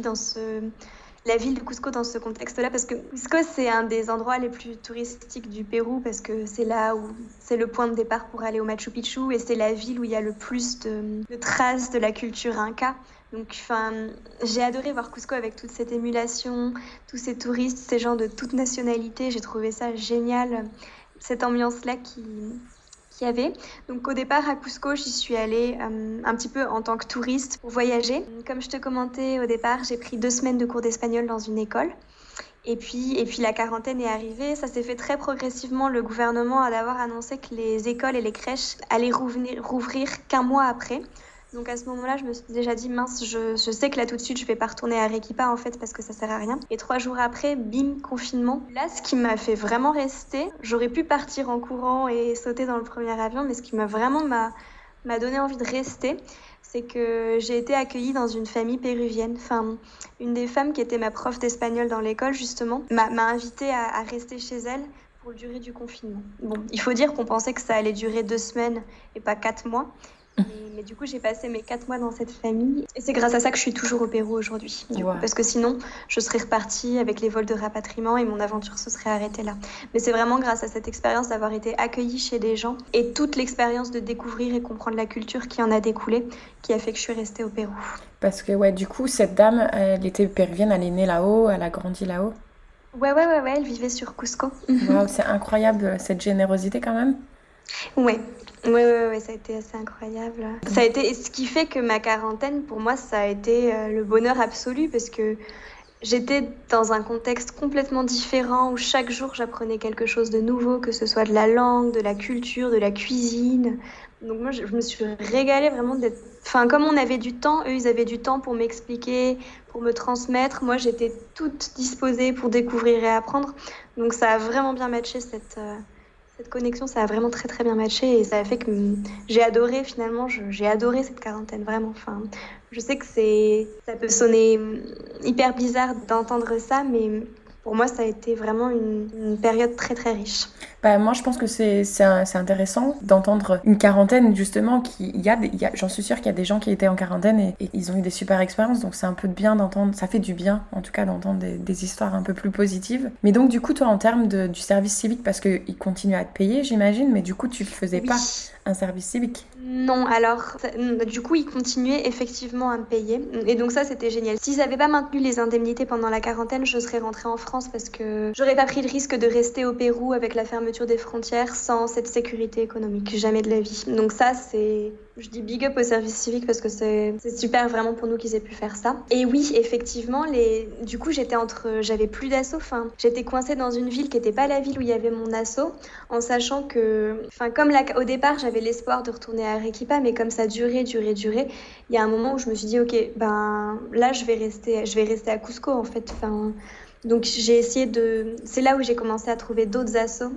la ville de Cusco dans ce contexte-là, parce que Cusco, c'est un des endroits les plus touristiques du Pérou, parce que c'est là où c'est le point de départ pour aller au Machu Picchu, et c'est la ville où il y a le plus de traces de la culture inca. Donc, j'ai adoré voir Cusco avec toute cette émulation, tous ces touristes, ces gens de toute nationalité. J'ai trouvé ça génial, cette ambiance-là qu'il y avait. Donc au départ à Cusco, j'y suis allée un petit peu en tant que touriste pour voyager. Comme je te commentais au départ, j'ai pris 2 semaines de cours d'espagnol dans une école. Et puis la quarantaine est arrivée. Ça s'est fait très progressivement. Le gouvernement a d'abord annoncé que les écoles et les crèches allaient rouvrir qu'1 mois après. Donc à ce moment-là, je me suis déjà dit, mince, je sais que là tout de suite, je vais pas retourner à Arequipa en fait parce que ça sert à rien. Et 3 jours après, bim, confinement. Là, ce qui m'a fait vraiment rester, j'aurais pu partir en courant et sauter dans le premier avion, mais ce qui m'a donné envie de rester, c'est que j'ai été accueillie dans une famille péruvienne. Une des femmes qui était ma prof d'espagnol dans l'école, justement, m'a invitée à rester chez elle pour la durée du confinement. Bon, il faut dire qu'on pensait que ça allait durer 2 semaines et pas 4 mois. Mais du coup, j'ai passé mes 4 mois dans cette famille. Et c'est grâce à ça que je suis toujours au Pérou aujourd'hui. Parce que sinon, je serais repartie avec les vols de rapatriement et mon aventure se serait arrêtée là. Mais c'est vraiment grâce à cette expérience d'avoir été accueillie chez des gens et toute l'expérience de découvrir et comprendre la culture qui en a découlé qui a fait que je suis restée au Pérou. Parce que ouais, du coup, cette dame, elle était péruvienne, elle est née là-haut, elle a grandi là-haut. Ouais, elle vivait sur Cusco. Waouh, c'est incroyable cette générosité quand même. Ouais, ça a été assez incroyable. Ça a été ce qui fait que ma quarantaine, pour moi, ça a été le bonheur absolu parce que j'étais dans un contexte complètement différent où chaque jour j'apprenais quelque chose de nouveau, que ce soit de la langue, de la culture, de la cuisine. Donc moi, je me suis régalée vraiment d'être... comme on avait du temps, eux, ils avaient du temps pour m'expliquer, pour me transmettre. Moi, j'étais toute disposée pour découvrir et apprendre. Donc ça a vraiment bien matché cette connexion, ça a vraiment très très bien matché et ça a fait que j'ai adoré finalement, j'ai adoré cette quarantaine vraiment. Je sais que ça peut sonner hyper bizarre d'entendre ça, mais pour moi ça a été vraiment une période très très riche. Moi, je pense que c'est intéressant d'entendre une quarantaine, justement. J'en suis sûre qu'il y a des gens qui étaient en quarantaine et ils ont eu des super expériences. Donc, c'est un peu de bien d'entendre, ça fait du bien, en tout cas, d'entendre des histoires un peu plus positives. Mais donc, du coup, toi, en termes du service civique, parce qu'ils continuent à te payer, j'imagine, mais du coup, tu ne faisais pas un service civique. Non, alors, du coup, ils continuaient effectivement à me payer. Et donc ça, c'était génial. S'ils n'avaient pas maintenu les indemnités pendant la quarantaine, je serais rentrée en France parce que j'aurais pas pris le risque de rester au Pérou avec la fermeture des frontières sans cette sécurité économique. Jamais de la vie. Donc ça, je dis big up au service civique parce que c'est super vraiment pour nous qu'ils aient pu faire ça. Et oui, effectivement, du coup, j'avais plus d'asso. J'étais coincée dans une ville qui n'était pas la ville où il y avait mon asso, en sachant que, comme au départ, j'avais l'espoir de retourner à Arequipa, mais comme ça durait, il y a un moment où je me suis dit, ok, là, je vais rester à Cusco, en fait. Donc j'ai essayé c'est là où j'ai commencé à trouver d'autres assos,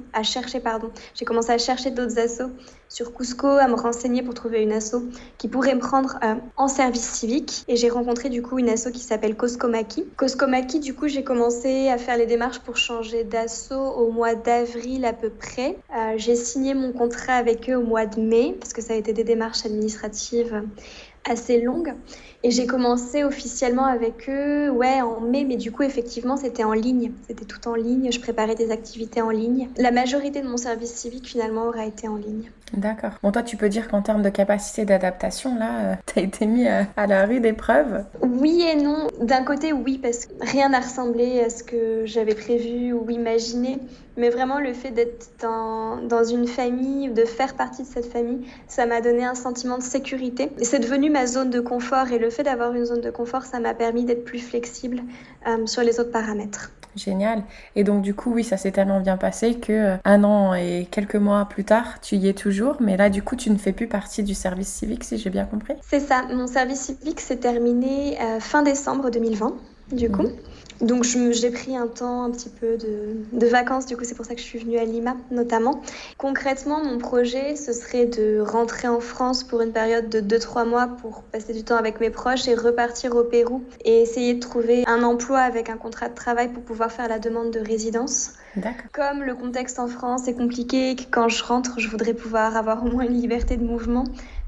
j'ai commencé à chercher d'autres assos sur Cusco, à me renseigner pour trouver une asso qui pourrait me prendre en service civique. Et j'ai rencontré du coup une asso qui s'appelle Coscomaki. Coscomaki, du coup, j'ai commencé à faire les démarches pour changer d'asso au mois d'avril à peu près. J'ai signé mon contrat avec eux au mois de mai parce que ça a été des démarches administratives assez longues. Et j'ai commencé officiellement avec eux, en mai, mais du coup, effectivement, c'était en ligne. C'était tout en ligne. Je préparais des activités en ligne. La majorité de mon service civique, finalement, aura été en ligne. D'accord. Bon, toi, tu peux dire qu'en termes de capacité d'adaptation, là, t'as été mis à la rude épreuve. Oui et non. D'un côté, oui, parce que rien n'a ressemblé à ce que j'avais prévu ou imaginé. Mais vraiment, le fait d'être dans une famille, de faire partie de cette famille, ça m'a donné un sentiment de sécurité. Et c'est devenu ma zone de confort. Et le fait d'avoir une zone de confort, ça m'a permis d'être plus flexible sur les autres paramètres. Génial. Et donc du coup, oui, ça s'est tellement bien passé que 1 an et quelques mois plus tard, tu y es toujours. Mais là, du coup, tu ne fais plus partie du service civique, si j'ai bien compris. C'est ça. Mon service civique s'est terminé fin décembre 2020, du coup. Donc j'ai pris un temps un petit peu de vacances, du coup c'est pour ça que je suis venue à Lima notamment. Concrètement, mon projet, ce serait de rentrer en France pour une période de 2-3 mois pour passer du temps avec mes proches et repartir au Pérou et essayer de trouver un emploi avec un contrat de travail pour pouvoir faire la demande de résidence. D'accord. Comme le contexte en France est compliqué et que quand je rentre, je voudrais pouvoir avoir au moins une liberté de mouvement,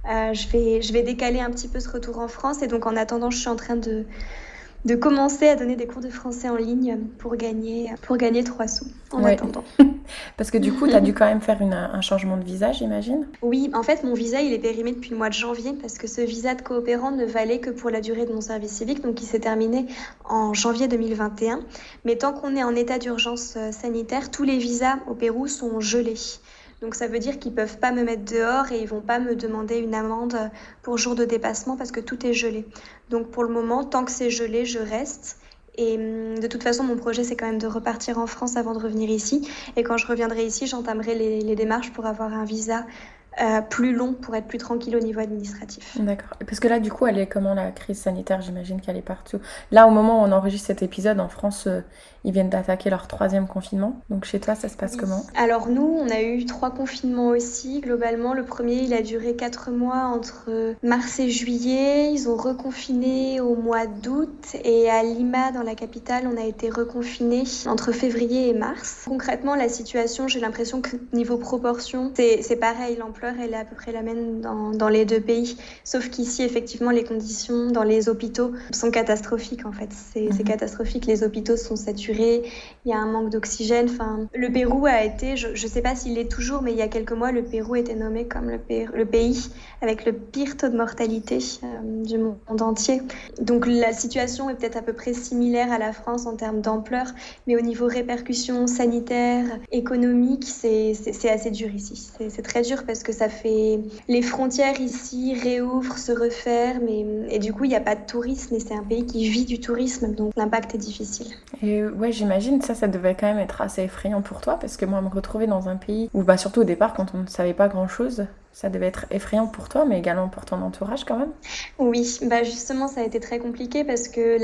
je vais décaler un petit peu ce retour en France et donc en attendant, je suis en train de commencer à donner des cours de français en ligne pour gagner 3 sous en attendant. Parce que du coup, tu as dû quand même faire un changement de visa, j'imagine. Oui, en fait, mon visa, il est périmé depuis le mois de janvier parce que ce visa de coopérant ne valait que pour la durée de mon service civique, donc il s'est terminé en janvier 2021. Mais tant qu'on est en état d'urgence sanitaire, tous les visas au Pérou sont gelés. Donc ça veut dire qu'ils ne peuvent pas me mettre dehors et ils ne vont pas me demander une amende pour jour de dépassement parce que tout est gelé. Donc pour le moment, tant que c'est gelé, je reste. Et de toute façon, mon projet, c'est quand même de repartir en France avant de revenir ici. Et quand je reviendrai ici, j'entamerai les démarches pour avoir un visa plus long, pour être plus tranquille au niveau administratif. D'accord. Parce que là, du coup, elle est comment la crise sanitaire? J'imagine qu'elle est partout. Là, au moment où on enregistre cet épisode, en France, ils viennent d'attaquer leur 3e confinement. Donc chez toi, ça se passe comment? Alors nous, on a eu 3 confinements aussi. Globalement, le premier, il a duré 4 mois entre mars et juillet. Ils ont reconfiné au mois d'août. Et à Lima, dans la capitale, on a été reconfinés entre février et mars. Concrètement, la situation, j'ai l'impression que niveau proportion, c'est pareil. L'ampleur, elle est à peu près la même dans les 2 pays. Sauf qu'ici, effectivement, les conditions dans les hôpitaux sont catastrophiques, en fait. C'est catastrophique. Les hôpitaux sont saturés. Il y a un manque d'oxygène. Enfin, le Pérou a été, je ne sais pas s'il l'est toujours, mais il y a quelques mois, le Pérou était nommé comme le pays avec le pire taux de mortalité du monde entier. Donc la situation est peut-être à peu près similaire à la France en termes d'ampleur, mais au niveau répercussions sanitaires, économiques, c'est assez dur ici. C'est très dur parce que ça fait... Les frontières ici réouvrent, se referment, et du coup, il n'y a pas de tourisme, et c'est un pays qui vit du tourisme, donc l'impact est difficile. Et ouais, j'imagine, ça devait quand même être assez effrayant pour toi, parce que moi, me retrouver dans un pays où, surtout au départ, quand on ne savait pas grand-chose, ça devait être effrayant pour toi, mais également pour ton entourage quand même. Oui, justement, ça a été très compliqué parce que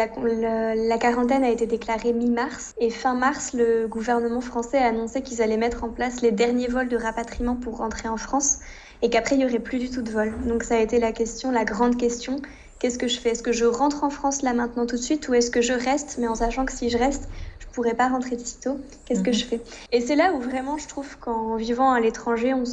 la quarantaine a été déclarée mi-mars, et fin mars, le gouvernement français a annoncé qu'ils allaient mettre en place les derniers vols de rapatriement pour rentrer en France, et qu'après, il n'y aurait plus du tout de vol. Donc ça a été la grande question. Qu'est-ce que je fais? Est-ce que je rentre en France là maintenant tout de suite, ou est-ce que je reste, mais en sachant que si je reste, je ne pourrais pas rentrer de sitôt? Qu'est-ce que je fais? Et c'est là où vraiment je trouve qu'en vivant à l'étranger, on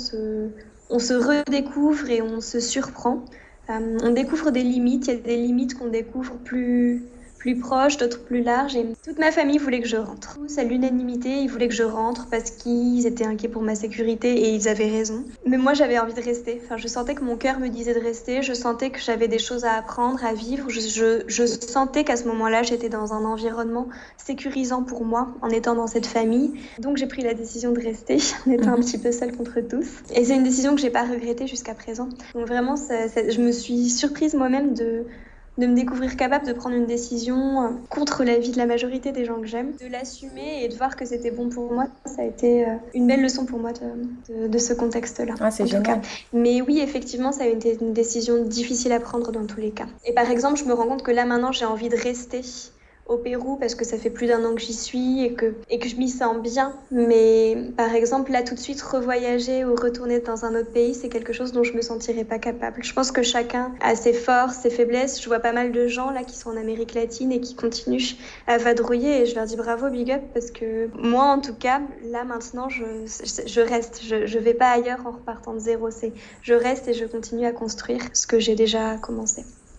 se redécouvre et on se surprend. On découvre des limites, il y a des limites qu'on découvre plus proches, d'autres plus larges. Et toute ma famille voulait que je rentre. Tous, à l'unanimité, ils voulaient que je rentre parce qu'ils étaient inquiets pour ma sécurité et ils avaient raison. Mais moi, j'avais envie de rester. Enfin, je sentais que mon cœur me disait de rester. Je sentais que j'avais des choses à apprendre, à vivre. Je sentais qu'à ce moment-là, j'étais dans un environnement sécurisant pour moi en étant dans cette famille. Donc, j'ai pris la décision de rester en étant un petit peu seule contre tous. Et c'est une décision que j'ai pas regrettée jusqu'à présent. Donc vraiment, je me suis surprise moi-même de me découvrir capable de prendre une décision contre l'avis de la majorité des gens que j'aime, de l'assumer et de voir que c'était bon pour moi. Ça a été une belle leçon pour moi de ce contexte-là. Ah, c'est génial. Mais oui, effectivement, ça a été une décision difficile à prendre dans tous les cas. Et par exemple, je me rends compte que là, maintenant, j'ai envie de rester au Pérou parce que ça fait plus d'1 an que j'y suis et que je m'y sens bien. Mais par exemple, là tout de suite, revoyager ou retourner dans un autre pays, c'est quelque chose dont je me sentirais pas capable. Je pense que chacun a ses forces, ses faiblesses. Je vois pas mal de gens là qui sont en Amérique latine et qui continuent à vadrouiller et je leur dis bravo, big up, parce que moi en tout cas, là maintenant, je reste. Je vais pas ailleurs en repartant de zéro. Je reste et je continue à construire ce que j'ai déjà commencé.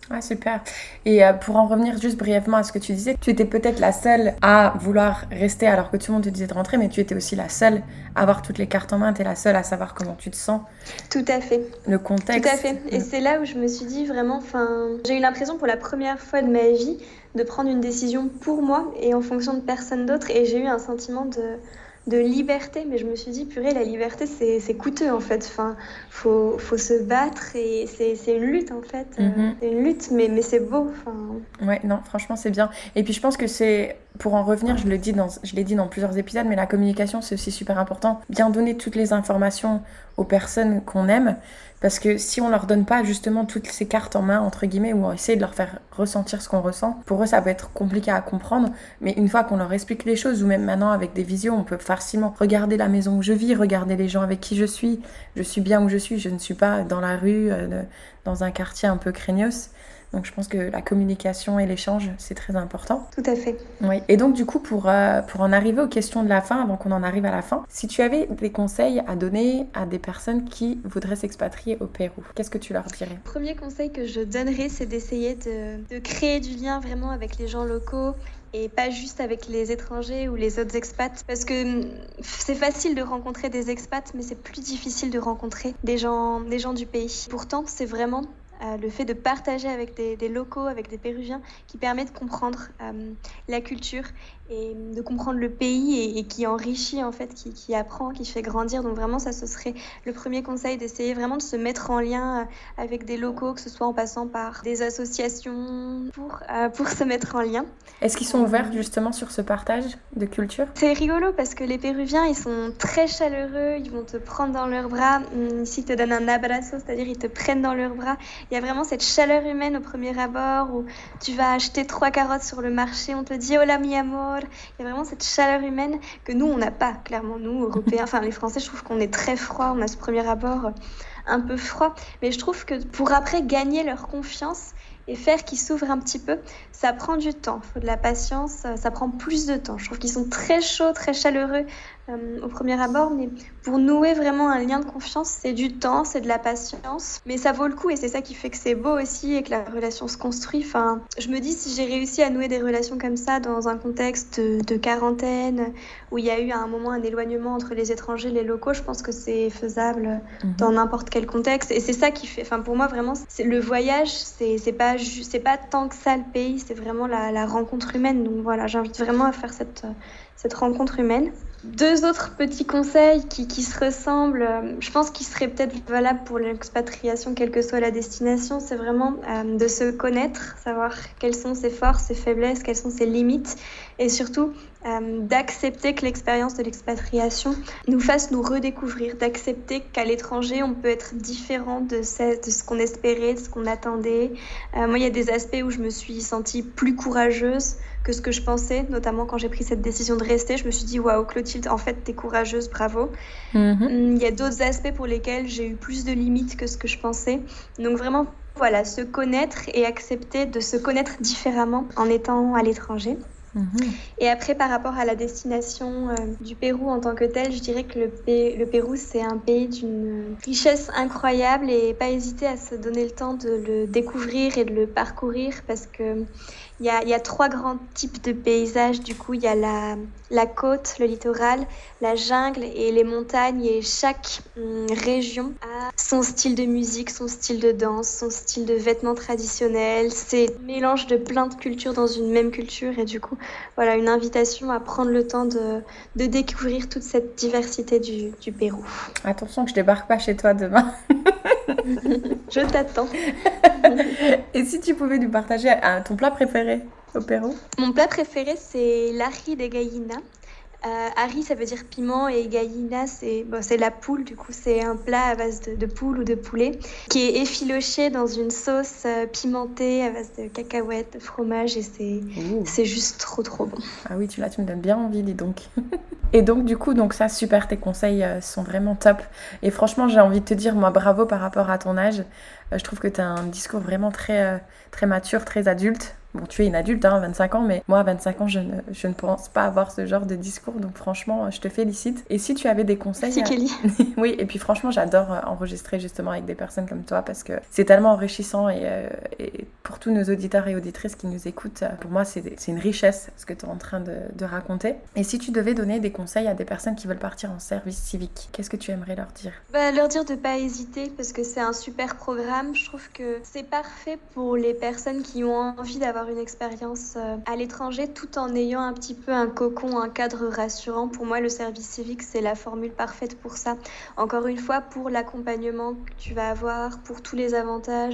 Ah, super. Et pour en revenir juste brièvement à ce que tu disais, tu étais peut-être la seule à vouloir rester alors que tout le monde te disait de rentrer, mais tu étais aussi la seule à avoir toutes les cartes en main, tu es la seule à savoir comment tu te sens. Tout à fait. Le Tout contexte. à fait. Et c'est là où je me suis dit vraiment, j'ai eu l'impression pour la première fois de ma vie de prendre une décision pour moi et en fonction de personne d'autre. Et j'ai eu un sentiment de liberté, mais je me suis dit, purée, la liberté, c'est coûteux en fait. Faut se battre et c'est une lutte en fait. C'est une lutte, mais c'est beau. Ouais, non, franchement, c'est bien. Et puis je pense que c'est, pour en revenir, je l'ai dit dans plusieurs épisodes, mais la communication, c'est aussi super important. Bien donner toutes les informations aux personnes qu'on aime, parce que si on leur donne pas justement toutes ces cartes en main, entre guillemets, ou on essaie de leur faire ressentir ce qu'on ressent, pour eux, ça peut être compliqué à comprendre. Mais une fois qu'on leur explique les choses, ou même maintenant avec des visios, on peut facilement regarder la maison où je vis, regarder les gens avec qui je suis bien où je suis, je ne suis pas dans la rue, dans un quartier un peu craignos. Donc je pense que la communication et l'échange, c'est très important. Tout à fait. Oui. Et donc du coup, pour en arriver aux questions de la fin, avant qu'on en arrive à la fin, si tu avais des conseils à donner à des personnes qui voudraient s'expatrier au Pérou, qu'est-ce que tu leur dirais ? Le premier conseil que je donnerais, c'est d'essayer de créer du lien vraiment avec les gens locaux et pas juste avec les étrangers ou les autres expats. Parce que c'est facile de rencontrer des expats, mais c'est plus difficile de rencontrer des gens du pays. Pourtant, c'est vraiment le fait de partager avec des locaux, avec des Péruviens, qui permet de comprendre la culture et de comprendre le pays et qui enrichit en fait, qui apprend, qui fait grandir. Donc vraiment ça, ce serait le premier conseil, d'essayer vraiment de se mettre en lien avec des locaux, que ce soit en passant par des associations pour se mettre en lien. Est-ce qu'ils sont ouverts justement sur ce partage de culture ? C'est rigolo parce que les Péruviens, ils sont très chaleureux, ils vont te prendre dans leurs bras. Ici, ils te donnent un abrazo, c'est-à-dire ils te prennent dans leurs bras. Il y a vraiment cette chaleur humaine au premier abord où tu vas acheter 3 carottes sur le marché, on te dit « Hola mi amor ». Il y a vraiment cette chaleur humaine que nous, on n'a pas, clairement. Nous, Européens, enfin les Français, je trouve qu'on est très froid, on a ce premier abord un peu froid. Mais je trouve que pour après gagner leur confiance et faire qu'ils s'ouvrent un petit peu, ça prend du temps. Il faut de la patience, ça prend plus de temps. Je trouve qu'ils sont très chauds, très chaleureux au premier abord, mais pour nouer vraiment un lien de confiance, c'est du temps, c'est de la patience, mais ça vaut le coup et c'est ça qui fait que c'est beau aussi et que la relation se construit. Enfin, je me dis, si j'ai réussi à nouer des relations comme ça dans un contexte de quarantaine, où il y a eu à un moment un éloignement entre les étrangers et les locaux, je pense que c'est faisable dans n'importe quel contexte. Et c'est ça qui fait, enfin pour moi vraiment, c'est le voyage, c'est pas tant que ça le pays, c'est vraiment la rencontre humaine. Donc voilà, j'invite vraiment à faire cette rencontre humaine. 2 autres petits conseils qui se ressemblent, je pense qu'ils seraient peut-être valables pour l'expatriation, quelle que soit la destination, c'est vraiment de se connaître, savoir quelles sont ses forces, ses faiblesses, quelles sont ses limites, et surtout d'accepter que l'expérience de l'expatriation nous fasse nous redécouvrir, d'accepter qu'à l'étranger, on peut être différent de ce qu'on espérait, de ce qu'on attendait. Moi, il y a des aspects où je me suis sentie plus courageuse que ce que je pensais, notamment quand j'ai pris cette décision de rester. Je me suis dit, waouh, Clotilde, en fait, t'es courageuse, bravo. Il y a d'autres aspects pour lesquels j'ai eu plus de limites que ce que je pensais. Donc vraiment, voilà, se connaître et accepter de se connaître différemment en étant à l'étranger. Et après, par rapport à la destination du Pérou en tant que tel, je dirais que le Pérou, c'est un pays d'une richesse incroyable et pas hésiter à se donner le temps de le découvrir et de le parcourir parce que il y a 3 grands types de paysages. Du coup, il y a la côte, le littoral, la jungle et les montagnes. Et chaque région a son style de musique, son style de danse, son style de vêtements traditionnels. C'est un mélange de plein de cultures dans une même culture. Et du coup, voilà, une invitation à prendre le temps de découvrir toute cette diversité du Pérou. Attention que je débarque pas chez toi demain. Je t'attends. Et si tu pouvais nous partager ton plat préféré au Pérou ? Mon plat préféré, c'est l'ají de gallina. Ají, ça veut dire piment, et gallina, c'est la poule. Du coup, c'est un plat à base de poule ou de poulet qui est effiloché dans une sauce pimentée à base de cacahuètes, de fromage, et c'est juste trop, trop bon. Ah oui, tu me donnes bien envie, dis donc. Et donc, du coup, ça, super, tes conseils sont vraiment top. Et franchement, j'ai envie de te dire, moi, bravo par rapport à ton âge. Je trouve que tu as un discours vraiment très, très mature, très adulte. Bon, tu es une adulte, 25 ans, mais moi, à 25 ans, je ne pense pas avoir ce genre de discours. Donc franchement, je te félicite. Et si tu avais des conseils... Merci Kelly. Oui, et puis franchement, j'adore enregistrer justement avec des personnes comme toi parce que c'est tellement enrichissant et pour tous nos auditeurs et auditrices qui nous écoutent, pour moi, c'est une richesse ce que tu es en train de raconter. Et si tu devais donner des conseils à des personnes qui veulent partir en service civique, qu'est-ce que tu aimerais leur dire ? Leur dire de pas hésiter parce que c'est un super programme. Je trouve que c'est parfait pour les personnes qui ont envie d'avoir une expérience à l'étranger tout en ayant un petit peu un cocon, un cadre rassurant. Pour moi, le service civique, c'est la formule parfaite pour ça. Encore une fois, pour l'accompagnement que tu vas avoir, pour tous les avantages,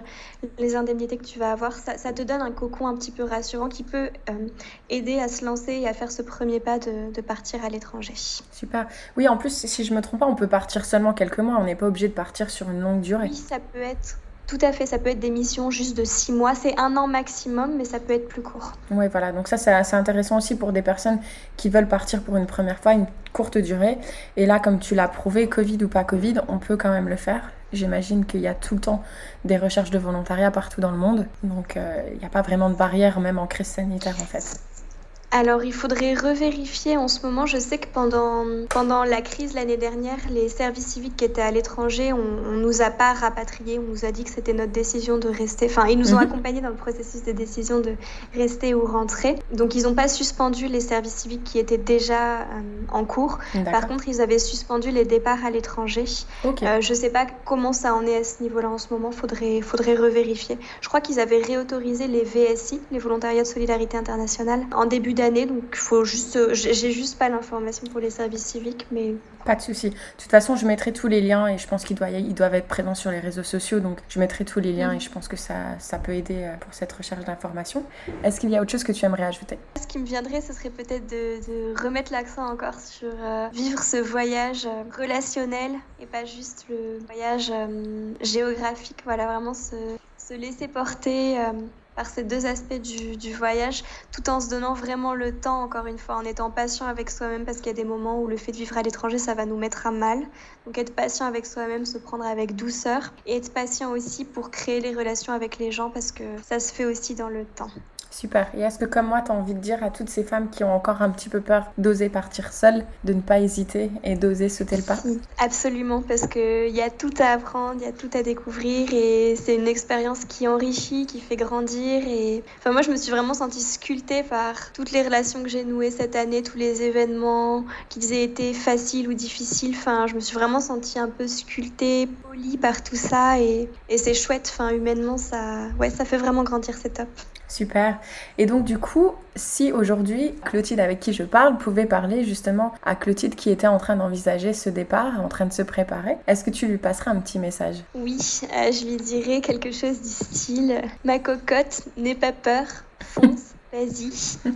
les indemnités que tu vas avoir, ça te donne un cocon un petit peu rassurant qui peut aider à se lancer et à faire ce premier pas de partir à l'étranger. Super. Oui, en plus, si je me trompe pas, on peut partir seulement quelques mois. On n'est pas obligé de partir sur une longue durée. Oui, ça peut être... Tout à fait, ça peut être des missions juste de 6 mois. C'est 1 an maximum, mais ça peut être plus court. Oui, voilà. Donc ça, c'est assez intéressant aussi pour des personnes qui veulent partir pour une première fois, une courte durée. Et là, comme tu l'as prouvé, Covid ou pas Covid, on peut quand même le faire. J'imagine qu'il y a tout le temps des recherches de volontariat partout dans le monde. Donc, il n'y a pas vraiment de barrière, même en crise sanitaire, en fait. Alors, il faudrait revérifier en ce moment. Je sais que pendant la crise l'année dernière, les services civiques qui étaient à l'étranger, on nous a pas rapatriés, on nous a dit que c'était notre décision de rester. Enfin, ils nous ont accompagnés dans le processus de décision de rester ou rentrer. Donc, ils n'ont pas suspendu les services civiques qui étaient déjà en cours. D'accord. Par contre, ils avaient suspendu les départs à l'étranger. Okay. Je sais pas comment ça en est à ce niveau-là en ce moment. Faudrait revérifier. Je crois qu'ils avaient réautorisé les VSI, les volontariats de solidarité internationale, en début d'année, donc j'ai juste pas l'information pour les services civiques, mais... Pas de souci. De toute façon, je mettrai tous les liens et je pense qu'ils doivent être présents sur les réseaux sociaux, donc je mettrai tous les liens et je pense que ça peut aider pour cette recherche d'informations. Est-ce qu'il y a autre chose que tu aimerais ajouter ? Ce qui me viendrait, ce serait peut-être de remettre l'accent encore sur vivre ce voyage relationnel et pas juste le voyage géographique. Voilà, vraiment se laisser porter... par ces 2 aspects du voyage, tout en se donnant vraiment le temps, encore une fois, en étant patient avec soi-même, parce qu'il y a des moments où le fait de vivre à l'étranger, ça va nous mettre à mal. Donc être patient avec soi-même, se prendre avec douceur, et être patient aussi pour créer les relations avec les gens, parce que ça se fait aussi dans le temps. Super. Et est-ce que comme moi, tu as envie de dire à toutes ces femmes qui ont encore un petit peu peur d'oser partir seules, de ne pas hésiter et d'oser sauter le pas ? Absolument, parce qu'il y a tout à apprendre, il y a tout à découvrir et c'est une expérience qui enrichit, qui fait grandir. Enfin, moi, je me suis vraiment sentie sculptée par toutes les relations que j'ai nouées cette année, tous les événements, qu'ils aient été faciles ou difficiles. Enfin, je me suis vraiment sentie un peu sculptée, polie par tout ça et c'est chouette. Enfin, humainement, ça fait vraiment grandir, c'est top. Super. Et donc du coup, si aujourd'hui, Clotilde avec qui je parle pouvait parler justement à Clotilde qui était en train d'envisager ce départ, en train de se préparer, est-ce que tu lui passerais un petit message ? Oui, je lui dirais quelque chose du style « Ma cocotte, n'aie pas peur, fonce ». Vas-y,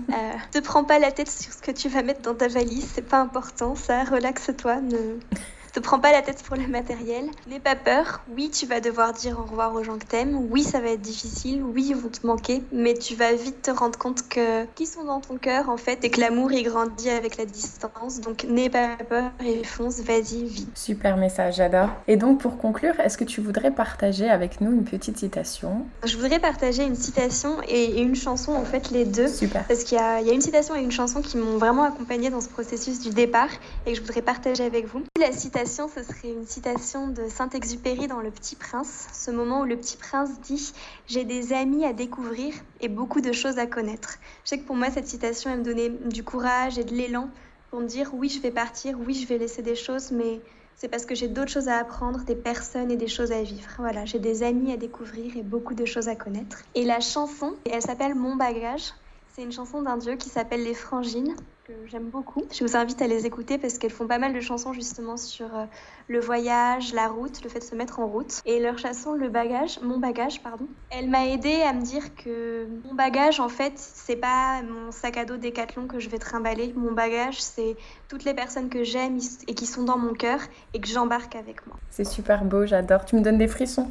te prends pas la tête sur ce que tu vas mettre dans ta valise, c'est pas important, ça, relaxe-toi, ne te prends pas la tête pour le matériel, n'aie pas peur, oui tu vas devoir dire au revoir aux gens que t'aimes, oui ça va être difficile, oui ils vont te manquer, mais tu vas vite te rendre compte qu'ils sont dans ton cœur en fait et que l'amour il grandit avec la distance, donc n'aie pas peur et fonce, vas-y, vis. Super message, j'adore. Et donc pour conclure, est-ce que tu voudrais partager avec nous une petite citation ? Je voudrais partager une citation et une chanson, en fait les deux. Super. Parce qu'il y a une citation et une chanson qui m'ont vraiment accompagnée dans ce processus du départ et que je voudrais partager avec vous. La citation, ce serait une citation de Saint-Exupéry dans Le Petit Prince, ce moment où le Petit Prince dit « J'ai des amis à découvrir et beaucoup de choses à connaître ». Je sais que pour moi, cette citation, elle me donnait du courage et de l'élan pour me dire « Oui, je vais partir, oui, je vais laisser des choses, mais c'est parce que j'ai d'autres choses à apprendre, des personnes et des choses à vivre. Voilà, j'ai des amis à découvrir et beaucoup de choses à connaître. » Et la chanson, elle s'appelle « Mon bagage ». C'est une chanson d'un duo qui s'appelle Les Frangines, que j'aime beaucoup. Je vous invite à les écouter parce qu'elles font pas mal de chansons justement sur le voyage, la route, le fait de se mettre en route. Et leur chanson Mon bagage, elle m'a aidée à me dire que mon bagage, en fait, c'est pas mon sac à dos Décathlon que je vais trimballer. Mon bagage, c'est toutes les personnes que j'aime et qui sont dans mon cœur et que j'embarque avec moi. C'est super beau, j'adore. Tu me donnes des frissons.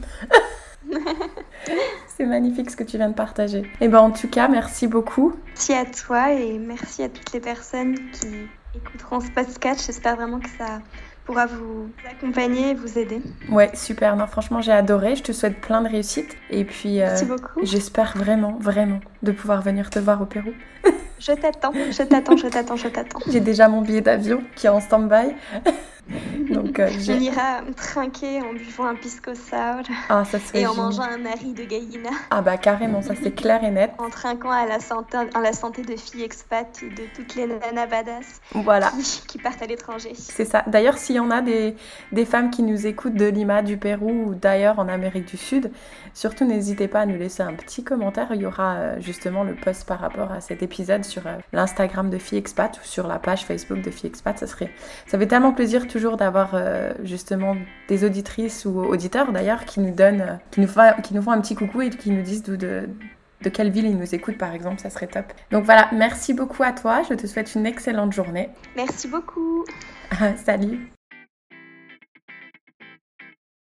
C'est magnifique ce que tu viens de partager. Et ben en tout cas, merci beaucoup. Merci à toi et merci à toutes les personnes qui écouteront ce podcast. J'espère vraiment que ça pourra vous accompagner et vous aider. Ouais, super. Non, franchement, j'ai adoré. Je te souhaite plein de réussite. Et puis, Merci beaucoup. J'espère vraiment, vraiment de pouvoir venir te voir au Pérou. Je t'attends. J'ai déjà mon billet d'avion qui est en stand-by. Donc, on ira trinquer en buvant un pisco sour et en mangeant un nari de gallina. Ah bah carrément, ça c'est clair et net. En trinquant à la santé de filles expats et de toutes les nanas badass qui partent à l'étranger. C'est ça. D'ailleurs, s'il y en a des femmes qui nous écoutent de Lima, du Pérou ou d'ailleurs en Amérique du Sud, surtout n'hésitez pas à nous laisser un petit commentaire. Il y aura justement le post par rapport à cet épisode sur l'Instagram de Filles Expat ou sur la page Facebook de Filles Expat. Ça fait tellement plaisir toujours d'avoir justement des auditrices ou auditeurs d'ailleurs qui nous donnent, qui nous font un petit coucou et qui nous disent de quelle ville ils nous écoutent par exemple, ça serait top. Donc voilà, merci beaucoup à toi, je te souhaite une excellente journée. Merci beaucoup. Salut.